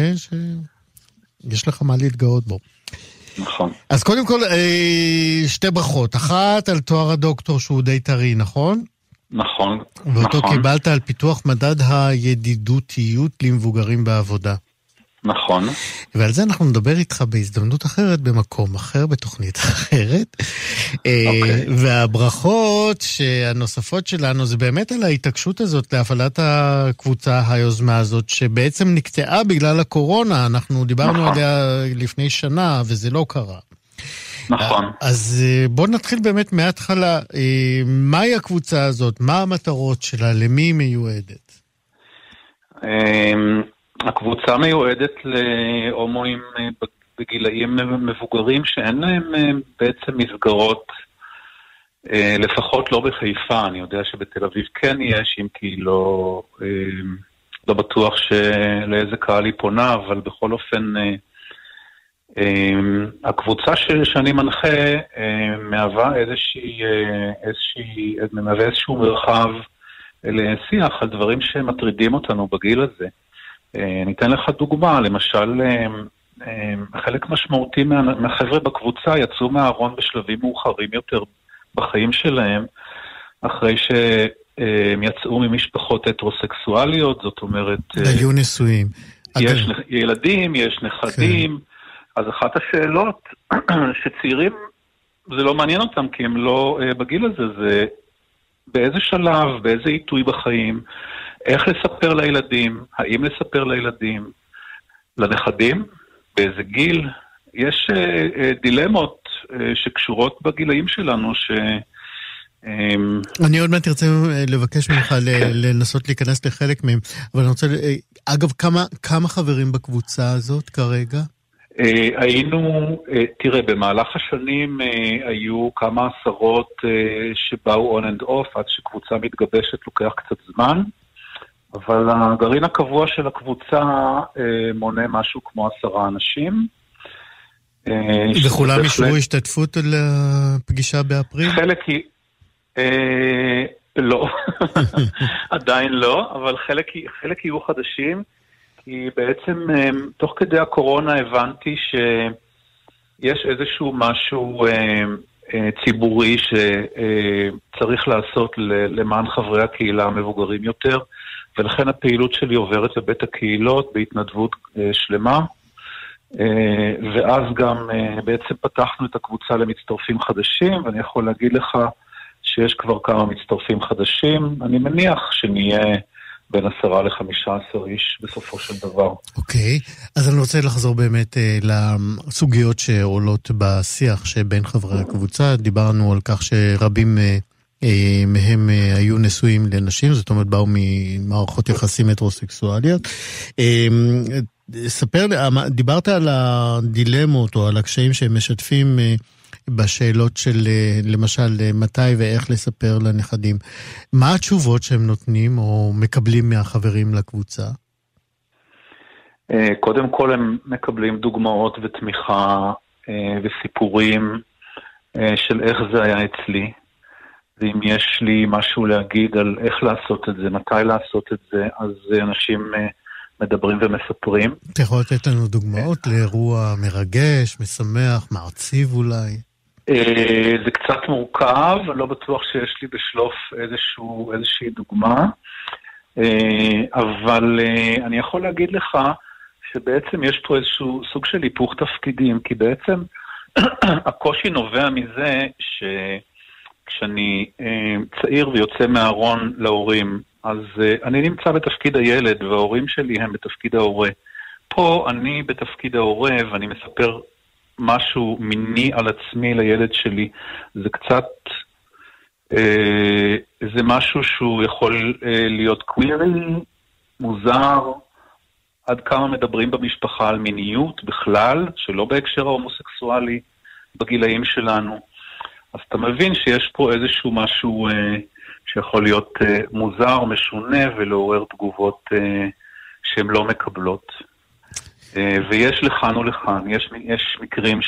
שיש לך מה להתגאות בו. נכון. אז קודם כל, שתי ברכות. אחת על תואר הדוקטור שהוא די טרי, נכון? נכון. ואותו נכון. קיבלת על פיתוח מדד הידידותיות למבוגרים בעבודה. נכון. ועל זה אנחנו נדבר איתך בהזדמנות אחרת, במקום אחר, בתוכנית אחרת. אוקיי. והברכות הנוספות שלנו זה באמת על ההתעקשות הזאת להפעלת הקבוצה, היוזמה הזאת, שבעצם נקטעה בגלל הקורונה. אנחנו דיברנו נכון. עליה לפני שנה, וזה לא קרה. נכון. אז בוא נתחיל באמת מההתחלה. מהי הקבוצה הזאת? מה המטרות שלה? למי היא מיועדת? הקבוצה מיועדת להומואים בגילאים מבוגרים שאין להם בעצם מסגרות, לפחות לא בחיפה. אני יודע שבתל אביב כן יש, אם כי לא, לא בטוח שלאיזה קהל היא פונה, אבל בכל אופן הקבוצה שאני מנחה מהווה איזושהי, איזושהי, מהווה איזשהו מרחב לשיח על דברים שמטרידים אותנו בגיל הזה. ניתן לך דוגמה, למשל, חלק משמעותי מהחבר'ה בקבוצה יצאו מהארון בשלבים מאוחרים יותר בחיים שלהם, אחרי שהם יצאו ממשפחות הטרוסקסואליות, זאת אומרת... היו נשואים. יש ילדים, יש נכדים, אז אחת השאלות שצעירים, זה לא מעניין אותם, כי הם לא בגיל הזה, זה באיזה שלב, באיזה עיתוי בחיים, איך לספר לילדים, האם לספר לילדים, לנכדים, באיזה גיל. יש דילמות שקשורות בגילאים שלנו, ש... אני עוד מעט תרצה לבקש ממך לנסות להיכנס לחלק מהם, אבל אני רוצה, אגב, כמה, כמה חברים בקבוצה הזאת כרגע? היינו, תראה, במהלך השנים היו כמה עשרות שבאו on and off, עד שקבוצה מתגבשת לוקח קצת זמן, אבל הגרעין הקבוע של הקבוצה מונה משהו כמו עשרה אנשים. וכולם אישרו השתתפות על הפגישה באפריל? חלק היא... לא, עדיין לא, אבל חלק יהיו חדשים, כי בעצם תוך כדי הקורונה הבנתי שיש איזשהו משהו ציבורי שצריך לעשות למען חברי הקהילה המבוגרים יותר, ולכן הפעילות שלי עוברת לבית הקהילות בהתנדבות שלמה, ואז גם בעצם פתחנו את הקבוצה למצטרפים חדשים, ואני יכול להגיד לך שיש כבר כמה מצטרפים חדשים, אני מניח שנהיה בין עשרה לחמישה עשר איש בסופו של דבר. אוקיי, אז אני רוצה לחזור באמת אה, לסוגיות שעולות בשיח שבין חברי הקבוצה. דיברנו על כך שרבים אה, אה, מהם אה, היו נשואים לנשים, זאת אומרת באו ממערכות יחסים הטרוסקסואליות. אה, ספר לי, דיברת על הדילמות או על הקשיים שהם משתפים אה, בשאלות של למשל מתי ואיך לספר לנכדים. מה התשובות שהם נותנים או מקבלים מהחברים לקבוצה? קודם כל הם מקבלים דוגמאות ותמיכה וסיפורים של איך זה היה אצלי. ואם יש לי משהו להגיד על איך לעשות את זה, מתי לעשות את זה, אז אנשים מדברים ומספרים. אתה יכול לתת לנו דוגמאות לאירוע מרגש, משמח, מעציב אולי? זה קצת מורכב, אני לא בטוח שיש לי בשלוף איזשהו, איזושהי דוגמה, אבל אני יכול להגיד לך שבעצם יש פה איזשהו סוג של היפוך תפקידים, כי בעצם הקושי נובע מזה שכשאני צעיר ויוצא מהארון להורים, אז אני נמצא בתפקיד הילד וההורים שלי הם בתפקיד ההורה. פה אני בתפקיד ההורה ואני מספר משהו מיני על עצמי לילד שלי. זה קצת, אה, זה משהו שהוא יכול אה, להיות קווירי, מוזר, עד כמה מדברים במשפחה על מיניות בכלל, שלא בהקשר ההומוסקסואלי בגילאים שלנו. אז אתה מבין שיש פה איזשהו משהו אה, שיכול להיות אה, מוזר, משונה, ולעורר תגובות אה, שהן לא מקבלות. ויש לכאן ולכאן, יש, יש מקרים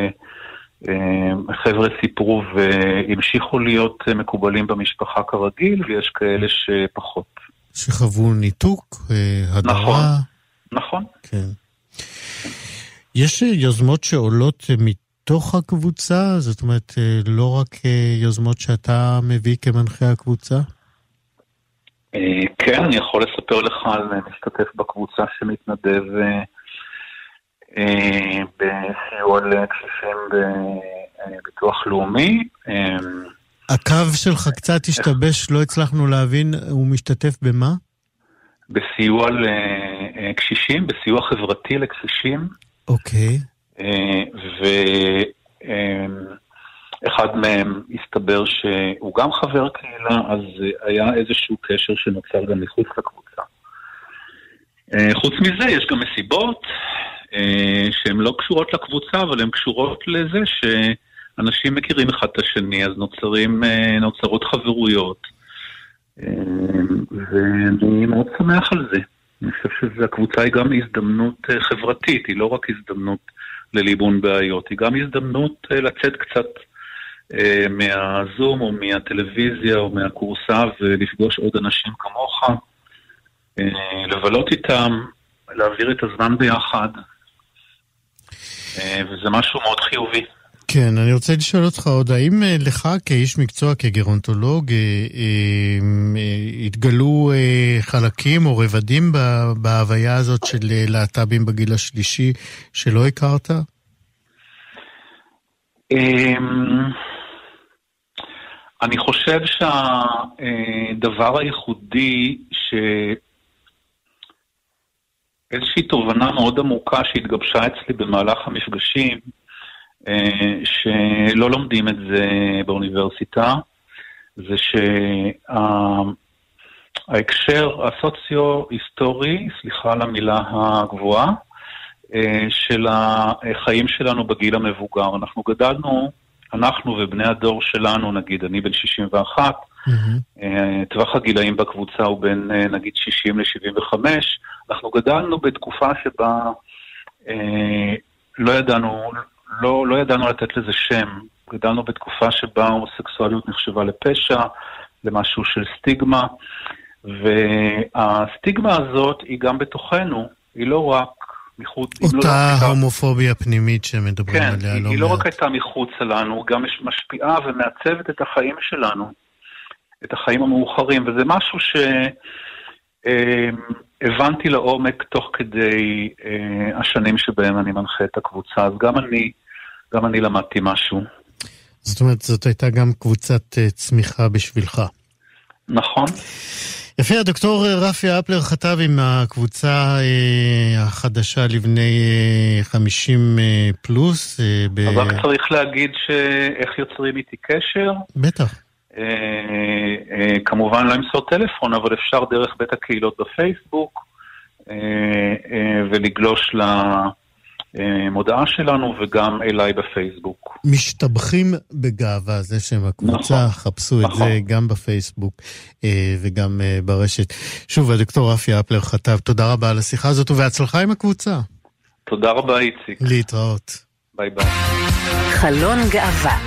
שחבר'ה סיפרו והמשיכו להיות מקובלים במשפחה כרגיל, ויש כאלה שפחות. שחוו ניתוק, הדרה. נכון, נכון. כן. יש יוזמות שעולות מתוך הקבוצה? זאת אומרת, לא רק יוזמות שאתה מביא כמנחה הקבוצה? כן, אני יכול לספר לך על משתתף בקבוצה שמתנדב בסיוע לקשישים בביטוח לאומי. הקו שלך קצת השתבש, לא הצלחנו להבין, הוא משתתף במה? בסיוע לקשישים, בסיוע חברתי לקשישים. אוקיי. ואחד מהם הסתבר שהוא גם חבר קהילה, אז היה איזשהו קשר שנוצר גם מחוץ לקבוצה. חוץ מזה יש גם מסיבות שהן לא קשורות לקבוצה, אבל הן קשורות לזה שאנשים מכירים אחד את השני, אז נוצרים, נוצרות חברויות. ואני מאוד שמח על זה. אני חושב שהקבוצה היא גם הזדמנות חברתית, היא לא רק הזדמנות לליבון בעיות, היא גם הזדמנות לצאת קצת מהזום או מהטלוויזיה או מהקורסה ולפגוש עוד אנשים כמוך, לבלות איתם, להעביר את הזמן ביחד. וזה משהו מאוד חיובי. כן, אני רוצה לשאול אותך עוד, האם לך כאיש מקצוע, כגרונטולוג, התגלו חלקים או רבדים בהוויה הזאת של להט"בים בגיל השלישי שלא הכרת? אני חושב שהדבר הייחודי ש... איזושהי תובנה מאוד עמוקה שהתגבשה אצלי במהלך המפגשים, שלא לומדים את זה באוניברסיטה, זה שההקשר הסוציו-היסטורי, סליחה על המילה הגבוהה, של החיים שלנו בגיל המבוגר. אנחנו גדלנו, אנחנו ובני הדור שלנו, נגיד, אני בן שישים ואחת, טווח הגילאים בקבוצה הוא בין נגיד שישים ל-שבעים וחמש, אנחנו גדלנו בתקופה שבה לא ידענו, לא, לא ידענו לתת לזה שם. גדלנו בתקופה שבה הומוסקסואליות נחשבה לפשע, למשהו של סטיגמה, והסטיגמה הזאת היא גם בתוכנו, היא לא רק מחוץ... אותה לא הומופוביה פנימית שמדברים כן, עליה היא, לא היא לא מעט. רק הייתה מחוץ לנו, גם משפיעה ומעצבת את החיים שלנו, את החיים המאוחרים, וזה משהו ש... הבנתי לעומק תוך כדי אה, השנים שבהם אני מנחה את הקבוצה, אז גם אני, גם אני למדתי משהו. זאת אומרת, זאת הייתה גם קבוצת uh, צמיחה בשבילך. נכון. יפה, הדוקטור רפי אפלר חטב עם הקבוצה uh, החדשה לבני uh, חמישים uh, פלוס. Uh, ב... אז רק צריך להגיד שאיך יוצרים איתי קשר. בטח. כמובן לא ימסור טלפון, אבל אפשר דרך בית הקהילות בפייסבוק ולגלוש למודעה שלנו וגם אליי בפייסבוק. משתבחים בגאווה, זה שם הקבוצה, חפשו את זה גם בפייסבוק וגם ברשת. שוב, הדוקטור רפי אפלר חטב, תודה רבה על השיחה הזאת ובהצלחה עם הקבוצה. תודה רבה, איציק. להתראות. ביי ביי. חלון גאווה.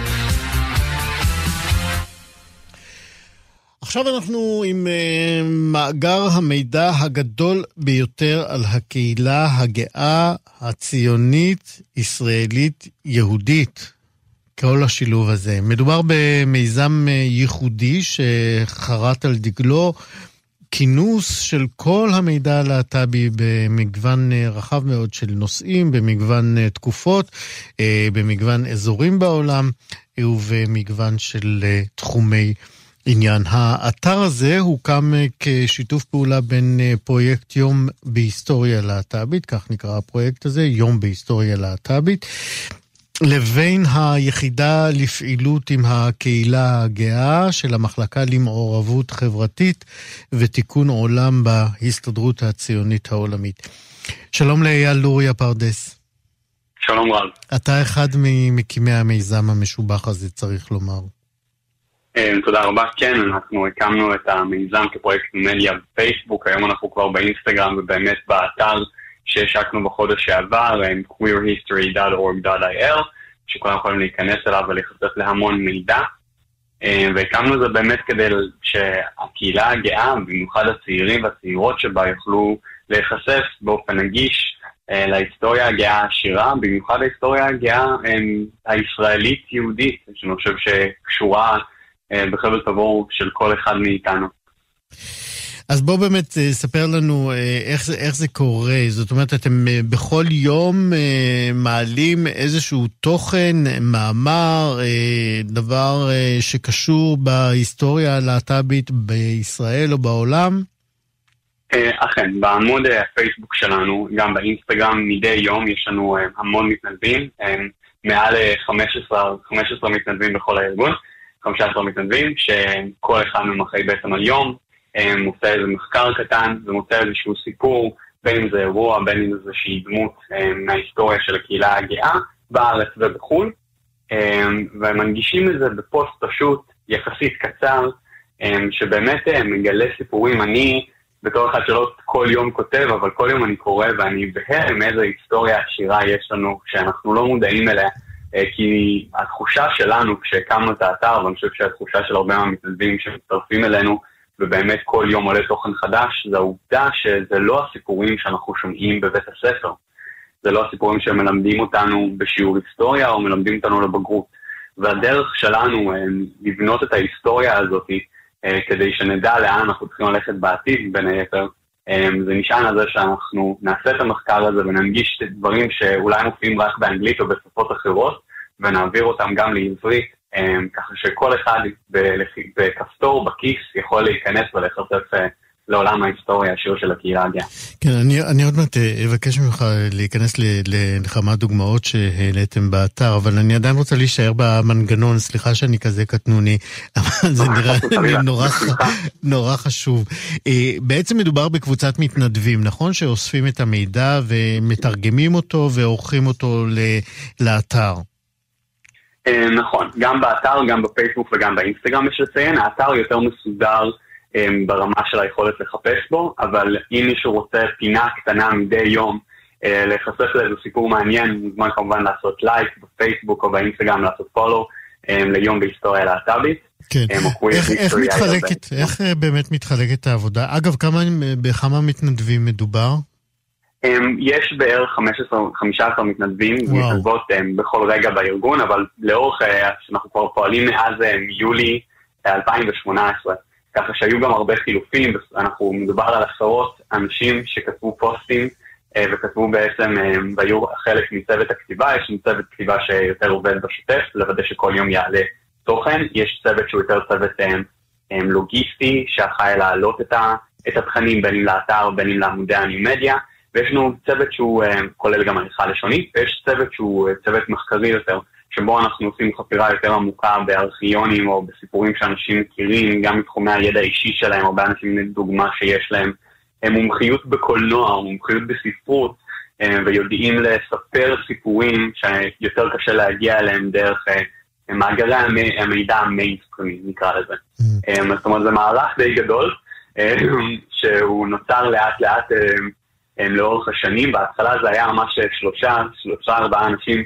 עכשיו אנחנו עם uh, מאגר המידע הגדול ביותר על הקהילה הגאה, הציונית, ישראלית, יהודית. כל השילוב הזה. מדובר במיזם ייחודי שחרת על דגלו כינוס של כל המידע הלהט"בי במגוון רחב מאוד של נושאים, במגוון תקופות, במגוון אזורים בעולם ובמגוון של תחומי עניין. האתר הזה הוקם כשיתוף פעולה בין פרויקט יום בהיסטוריה להט"בית, כך נקרא הפרויקט הזה, יום בהיסטוריה להט"בית, לבין היחידה לפעילות עם הקהילה הגאה של המחלקה למעורבות חברתית ותיקון עולם בהסתדרות הציונית העולמית. שלום לאייל לוריה פרדס. שלום רב. אתה אחד ממקימי המיזם המשובח הזה, צריך לומר. תודה רבה. כן, אנחנו הקמנו את המיזם כפרויקט מדיה בפייסבוק, היום אנחנו כבר באינסטגרם ובאמת באתר שהשקנו בחודש שעבר, queer history dot org dot i l, שכולם יכולים להיכנס אליו ולחשוף להמון מידע. והקמנו את זה באמת כדי שהקהילה הגאה, במיוחד הצעירים והצעירות שבה, יוכלו להיחשף באופן נגיש להיסטוריה הגאה העשירה, במיוחד ההיסטוריה הגאה הישראלית-יהודית, שאני חושב שקשורה בחבל תבור של כל אחד מאיתנו. אז בוא באמת ספר לנו איך זה, איך זה קורה. זאת אומרת, אתם בכל יום מעלים איזשהו תוכן, מאמר, דבר שקשור בהיסטוריה הלהט"בית בישראל או בעולם? אכן, בעמוד הפייסבוק שלנו, גם באינסטגרם, מדי יום יש לנו המון מתנדבים, מעל חמש עשרה מתנדבים בכל הארגון, חמישה עשר מתנדבים, שכל אחד ממחי בעצם על יום, מוצא איזה מחקר קטן, ומוצא איזשהו סיפור, בין אם זה אירוע, בין אם זה איזושהי דמות מההיסטוריה של הקהילה הגאה, בארץ ובחול, ומנגישים את זה בפוסט פשוט, יחסית קצר, שבאמת מגלה סיפורים. אני, בתור אחד שלא כל יום כותב, אבל כל יום אני קורא, ואני בהלם איזו היסטוריה עשירה יש לנו, שאנחנו לא מודעים אליה, כי התחושה שלנו כשהקמנו את האתר, ואני חושב שהתחושה של הרבה מהמתנדבים שמצטרפים אלינו, ובאמת כל יום עולה תוכן חדש, זה העובדה שזה לא הסיפורים שאנחנו שומעים בבית הספר. זה לא הסיפורים שמלמדים אותנו בשיעור היסטוריה או מלמדים אותנו לבגרות. והדרך שלנו לבנות את ההיסטוריה הזאת כדי שנדע לאן אנחנו צריכים ללכת בעתיד בין היתר, זה נשען על זה שאנחנו נעשה את המחקר הזה וננגיש דברים שאולי מופיעים רק באנגלית או בשפות אחרות ונעביר אותם גם לעברית, ככה שכל אחד בכפתור בכיס יכול להיכנס ולחשף לעולם ההיסטוריה השיר של הקהילה הגאה. כן, אני, אני עוד מעט אבקש ממך להיכנס לכמה דוגמאות שהעליתם באתר, אבל אני עדיין רוצה להישאר במנגנון, סליחה שאני כזה קטנוני, אבל זה נראה לי נורא, נורא חשוב. בעצם מדובר בקבוצת מתנדבים, נכון? שאוספים את המידע ומתרגמים אותו ועורכים אותו לאתר. נכון, גם באתר, גם בפייסבוק וגם באינסטגרם יש לציין, האתר יותר מסודר ברמה של היכולת לחפש בו, אבל אם מישהו רוצה פינה קטנה מדי יום לחשף לאיזה סיפור מעניין, מוזמן כמובן לעשות לייק בפייסבוק או באינסטגרם, לעשות פולו ליום בהיסטוריה להט"בית. כן, איך, איך מתחלקת, איך באמת מתחלקת העבודה? אגב, כמה, בכמה מתנדבים מדובר? יש בערך חמישה עשר מתנדבים, מתנדבות בכל רגע בארגון, אבל לאורך, אנחנו כבר פועלים מאז יולי אלפיים ושמונה עשרה. ככה שהיו גם הרבה חילופים, אנחנו מדובר על עשרות אנשים שכתבו פוסטים וכתבו בעצם, והיו חלק מצוות הכתיבה, יש צוות כתיבה שיותר עובד בשוטף, לוודא שכל יום יעלה תוכן, יש צוות שהוא יותר צוות לוגיסטי, שאחראי להעלות את התכנים בין אם לאתר, בין אם לעמודי הניו-מדיה, ויש לנו צוות שהוא כולל גם עריכה לשונית, ויש צוות שהוא צוות מחקרי יותר, שבו אנחנו עושים חפירה יותר עמוקה בארכיונים או בסיפורים שאנשים מכירים, גם מתחומי הידע האישי שלהם, הרבה אנשים דוגמה שיש להם מומחיות בקולנוע, מומחיות בספרות, ויודעים לספר סיפורים שיותר קשה להגיע אליהם דרך מאגרי המידע המיינסטרימי, נקרא לזה. זאת אומרת, זה מערך די גדול, שהוא נוצר לאט לאט לאורך השנים. בהתחלה זה היה ממש שלושה, שלושה ארבעה אנשים,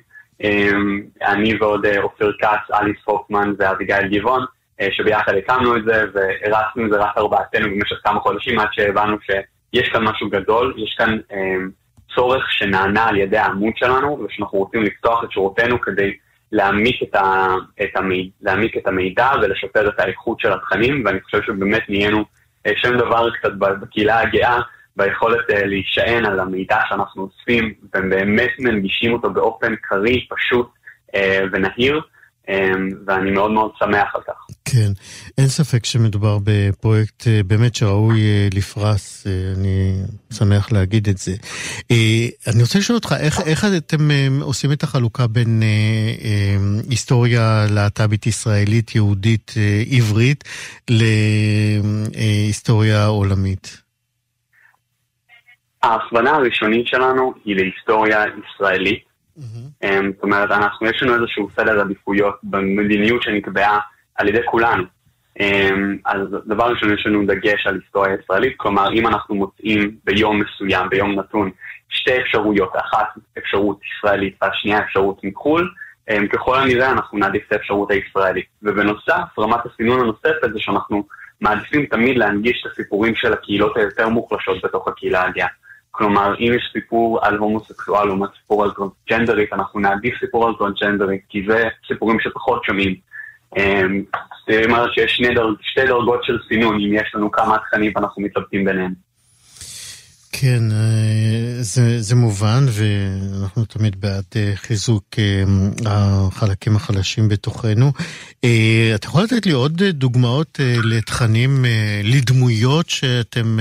אני ועוד אופיר קאץ, אליס פוקמן ואביגיל גיבון, שביחד הקמנו את זה והרצנו את זה רק ארבעתנו במשך כמה חודשים עד שהבנו שיש כאן משהו גדול, יש כאן צורך שנענה על ידי העמוד שלנו ושאנחנו רוצים לפתוח את שורותינו כדי להעמיק את, ה, את, המידע, להעמיק את המידע ולשפר את האיכות של התכנים, ואני חושב שבאמת נהיינו שם דבר קצת בקהילה הגאה ביכולת להישען על המידע שאנחנו אוספים, ובאמת מנגישים אותו באופן קרי, פשוט ונהיר, ואני מאוד מאוד שמח על כך. כן, אין ספק שמדובר בפרויקט באמת שראוי לפרס, אני שמח להגיד את זה. אני רוצה לשאול אותך, איך, איך אתם עושים את החלוקה בין היסטוריה להט"בית ישראלית, יהודית, עברית, להיסטוריה עולמית? ההכוונה הראשונית שלנו היא להיסטוריה ישראלית. זאת אומרת, אנחנו, יש לנו איזשהו סדר עדיפויות במדיניות שנקבעה על ידי כולנו. אז דבר ראשון, יש לנו דגש על היסטוריה ישראלית, כלומר, אם אנחנו מוצאים ביום מסוים, ביום נתון, שתי אפשרויות, אחת אפשרות ישראלית והשנייה אפשרות מחול, ככל הנראה אנחנו נעדיף את האפשרות הישראלית. ובנוסף, רמת הסינון הנוספת זה שאנחנו מעדיפים תמיד להנגיש את הסיפורים של הקהילות היותר מוחלשות בתוך הקהילה הגאה. כלומר, אם יש סיפור על הומוסקסואל או סיפור על טרנסג'נדרית, אנחנו נעדיף סיפור על טרנסג'נדרית, כי זה סיפורים שפחות שומעים. זאת אומרת שיש שני דרג, שתי דרגות של סינון, אם יש לנו כמה תכנים ואנחנו מתלבטים ביניהם. כן, זה, זה מובן, ואנחנו תמיד בעד חיזוק החלקים החלשים בתוכנו. אתה יכול לתת לי עוד דוגמאות לתכנים, לדמויות שאתם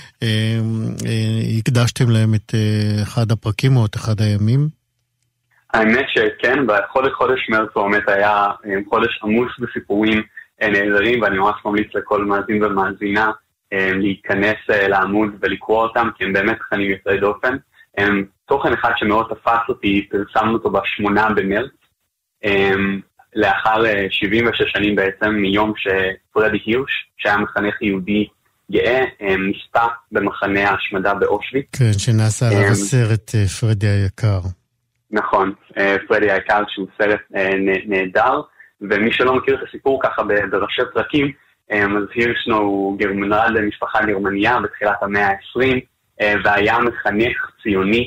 הקדשתם להם את אחד הפרקים או את אחד הימים? האמת שכן, בחודש חודש מרץ באמת היה חודש עמוס בסיפורים נהדרים, ואני ממש ממליץ לכל מאזין ומאזינה להיכנס לעמוד ולקרוא אותם, כי הם באמת תכנים יוצאי דופן. תוכן אחד שמאוד תפס אותי, פרסמנו אותו בשמונה במרץ, לאחר שבעים ושש שנים בעצם מיום שפרדי הירש, שהיה מחנך יהודי גאה, נספה במחנה ההשמדה באושוויץ. כן, שנעשה עליו הסרט פרדי היקר. נכון, פרדי היקר שהוא סרט נהדר, ומי שלא מכיר את הסיפור ככה בראשי פרקים, אז הירשנו הוא נולד למשפחה גרמניה בתחילת המאה ה-עשרים, והיה מחנך ציוני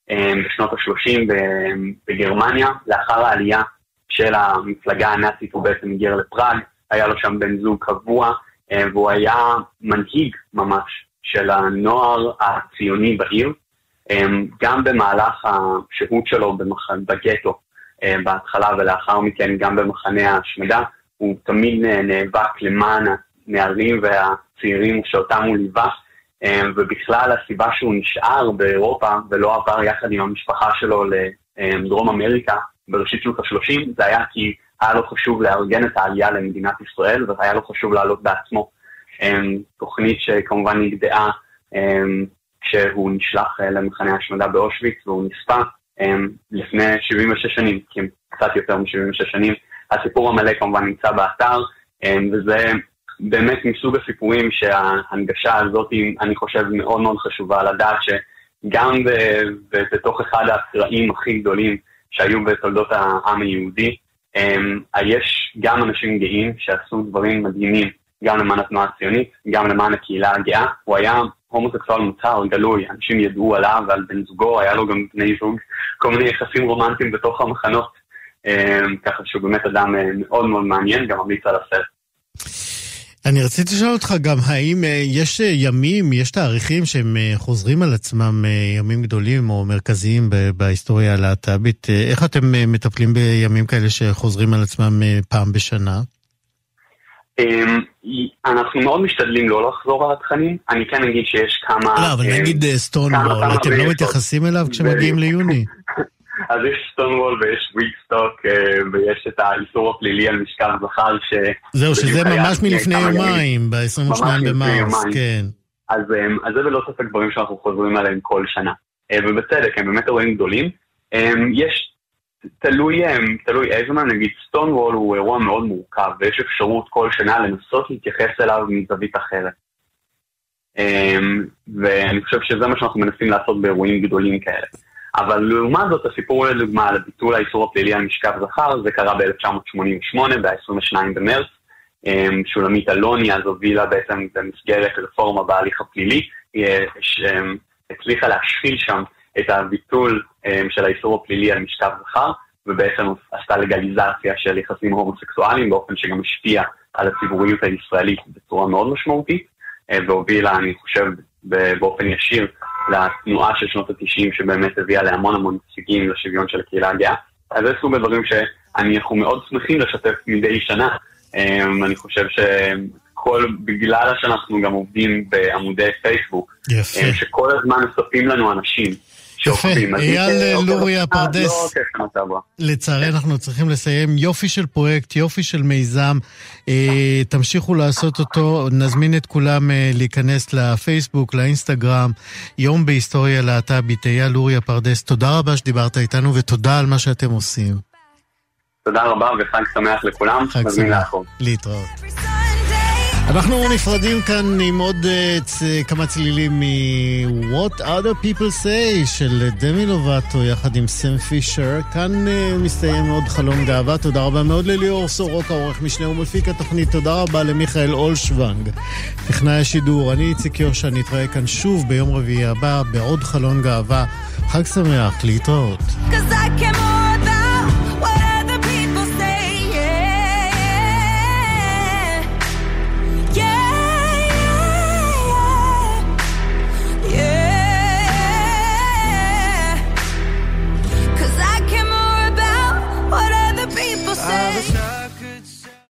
בשנות ה-שלושים בגרמניה, לאחר העלייה של המפלגה הנאצית הוא בעצם הגיע לפראג, היה לו שם בן זוג קבוע, והוא היה מנהיג ממש של הנוער הציוני בעיר, גם במהלך השהות שלו בגטו בהתחלה ולאחר מכן גם במחנה ההשמדה, הוא תמיד נאבק למען הנערים והצעירים שאותם הוא ליווה, ובכלל הסיבה שהוא נשאר באירופה ולא עבר יחד עם המשפחה שלו לדרום אמריקה בראשית שנות ה-שלושים, זה היה כי היה לו חשוב לארגן את העלייה למדינת ישראל, והיה לו חשוב לעלות בעצמו. תוכנית שכמובן נגדעה כשהוא נשלח למחנה ההשמדה באושוויץ, והוא נספה לפני שבעים ושש שנים, כי קצת יותר מ-שבעים ושש שנים. הסיפור המלא כמובן נמצא באתר, וזה באמת מסוג הסיפורים שההנגשה הזאת, אני חושב, מאוד מאוד חשובה לדעת שגם בתוך אחד הקרעים הכי גדולים שהיו בתולדות העם היהודי, יש גם אנשים גאים שעשו דברים מדהימים, גם למען התנועה הציונית, גם למען הקהילה הגאה. הוא היה הומוסקסואל מוצהר, גלוי, אנשים ידעו עליו ועל בן זוגו, היה לו גם בני זוג, כל מיני יחסים רומנטיים בתוך המחנות, ככה שהוא באמת אדם מאוד מאוד מעניין, גם ממליץ על הסרט. אני רציתי לשאול אותך גם, האם יש ימים, יש תאריכים שהם חוזרים על עצמם, ימים גדולים או מרכזיים בהיסטוריה הלהט"בית? איך אתם מטפלים בימים כאלה שחוזרים על עצמם פעם בשנה? אנחנו מאוד משתדלים לא לחזור על התכנים. אני כן אגיד שיש כמה... לא, אבל נגיד סטונוול, אתם לא מתייחסים אליו כשמגיעים ליוני? אז יש סטונוול ויש וויקסטוק ויש את האיסור הפלילי על משכב זכר ש... זהו, שזה ממש מלפני יומיים, ב-עשרים ושניים במרס, כן. אז זה בלא ספק דברים שאנחנו חוזרים עליהם כל שנה. ובצדק, הם באמת אירועים גדולים. יש... תלוי, תלוי איזה מה, נגיד סטונוול הוא אירוע מאוד מורכב, ויש אפשרות כל שנה לנסות להתייחס אליו מזווית אחרת. ואני חושב שזה מה שאנחנו מנסים לעשות באירועים גדולים כאלה. אבל לעומת זאת, הסיפור לדוגמה על ביטול האיסור הפלילי על משכב זכר, זה קרה ב-אלף תשע מאות שמונים ושמונה, ב-עשרים ושניים במרץ. שולמית אלוני אז הובילה בעצם במסגרת רפורמה בהליך הפלילי, היא הצליחה להשחיל שם את הביטול של האיסור הפלילי על משכב זכר, ובעצם עשתה לגליזציה של יחסים הומוסקסואליים, באופן שגם השפיע על הציבוריות הישראלית בצורה מאוד משמעותית, והובילה, אני חושב, באופן ישיר לתנועה של שנות ה-תשעים, שבאמת הביאה להמון המון נציגים לשוויון של הקהילה הגאה. אז זה סוג הדברים שאנחנו מאוד שמחים לשתף מדי שנה. אני חושב שכל, בגלל שאנחנו גם עובדים בעמודי פייסבוק, יפה. שכל הזמן נספים לנו אנשים, יפה, אייל לוריה פרדס, לצערי אנחנו צריכים לסיים. יופי של פרויקט, יופי של מיזם, תמשיכו לעשות אותו, נזמין את כולם להיכנס לפייסבוק, לאינסטגרם, יום בהיסטוריה להט"בית. אייל לוריה פרדס, תודה רבה שדיברת איתנו ותודה על מה שאתם עושים. תודה רבה וחג שמח לכולם, נזמין לאחור. להתראות. אנחנו נפרדים כאן עם עוד uh, כמה צלילים מ-What Other People Say של דמי לובטו יחד עם סם פישר. כאן uh, מסתיים עוד חלון גאווה. תודה רבה מאוד לליאור סורוקה, עורך משנה ומפיק התוכנית. תודה רבה למיכאל אולשוונג, טכנאי השידור. אני איציק יושע, נתראה כאן שוב ביום רביעי הבא בעוד חלון גאווה. חג שמח, להתראות.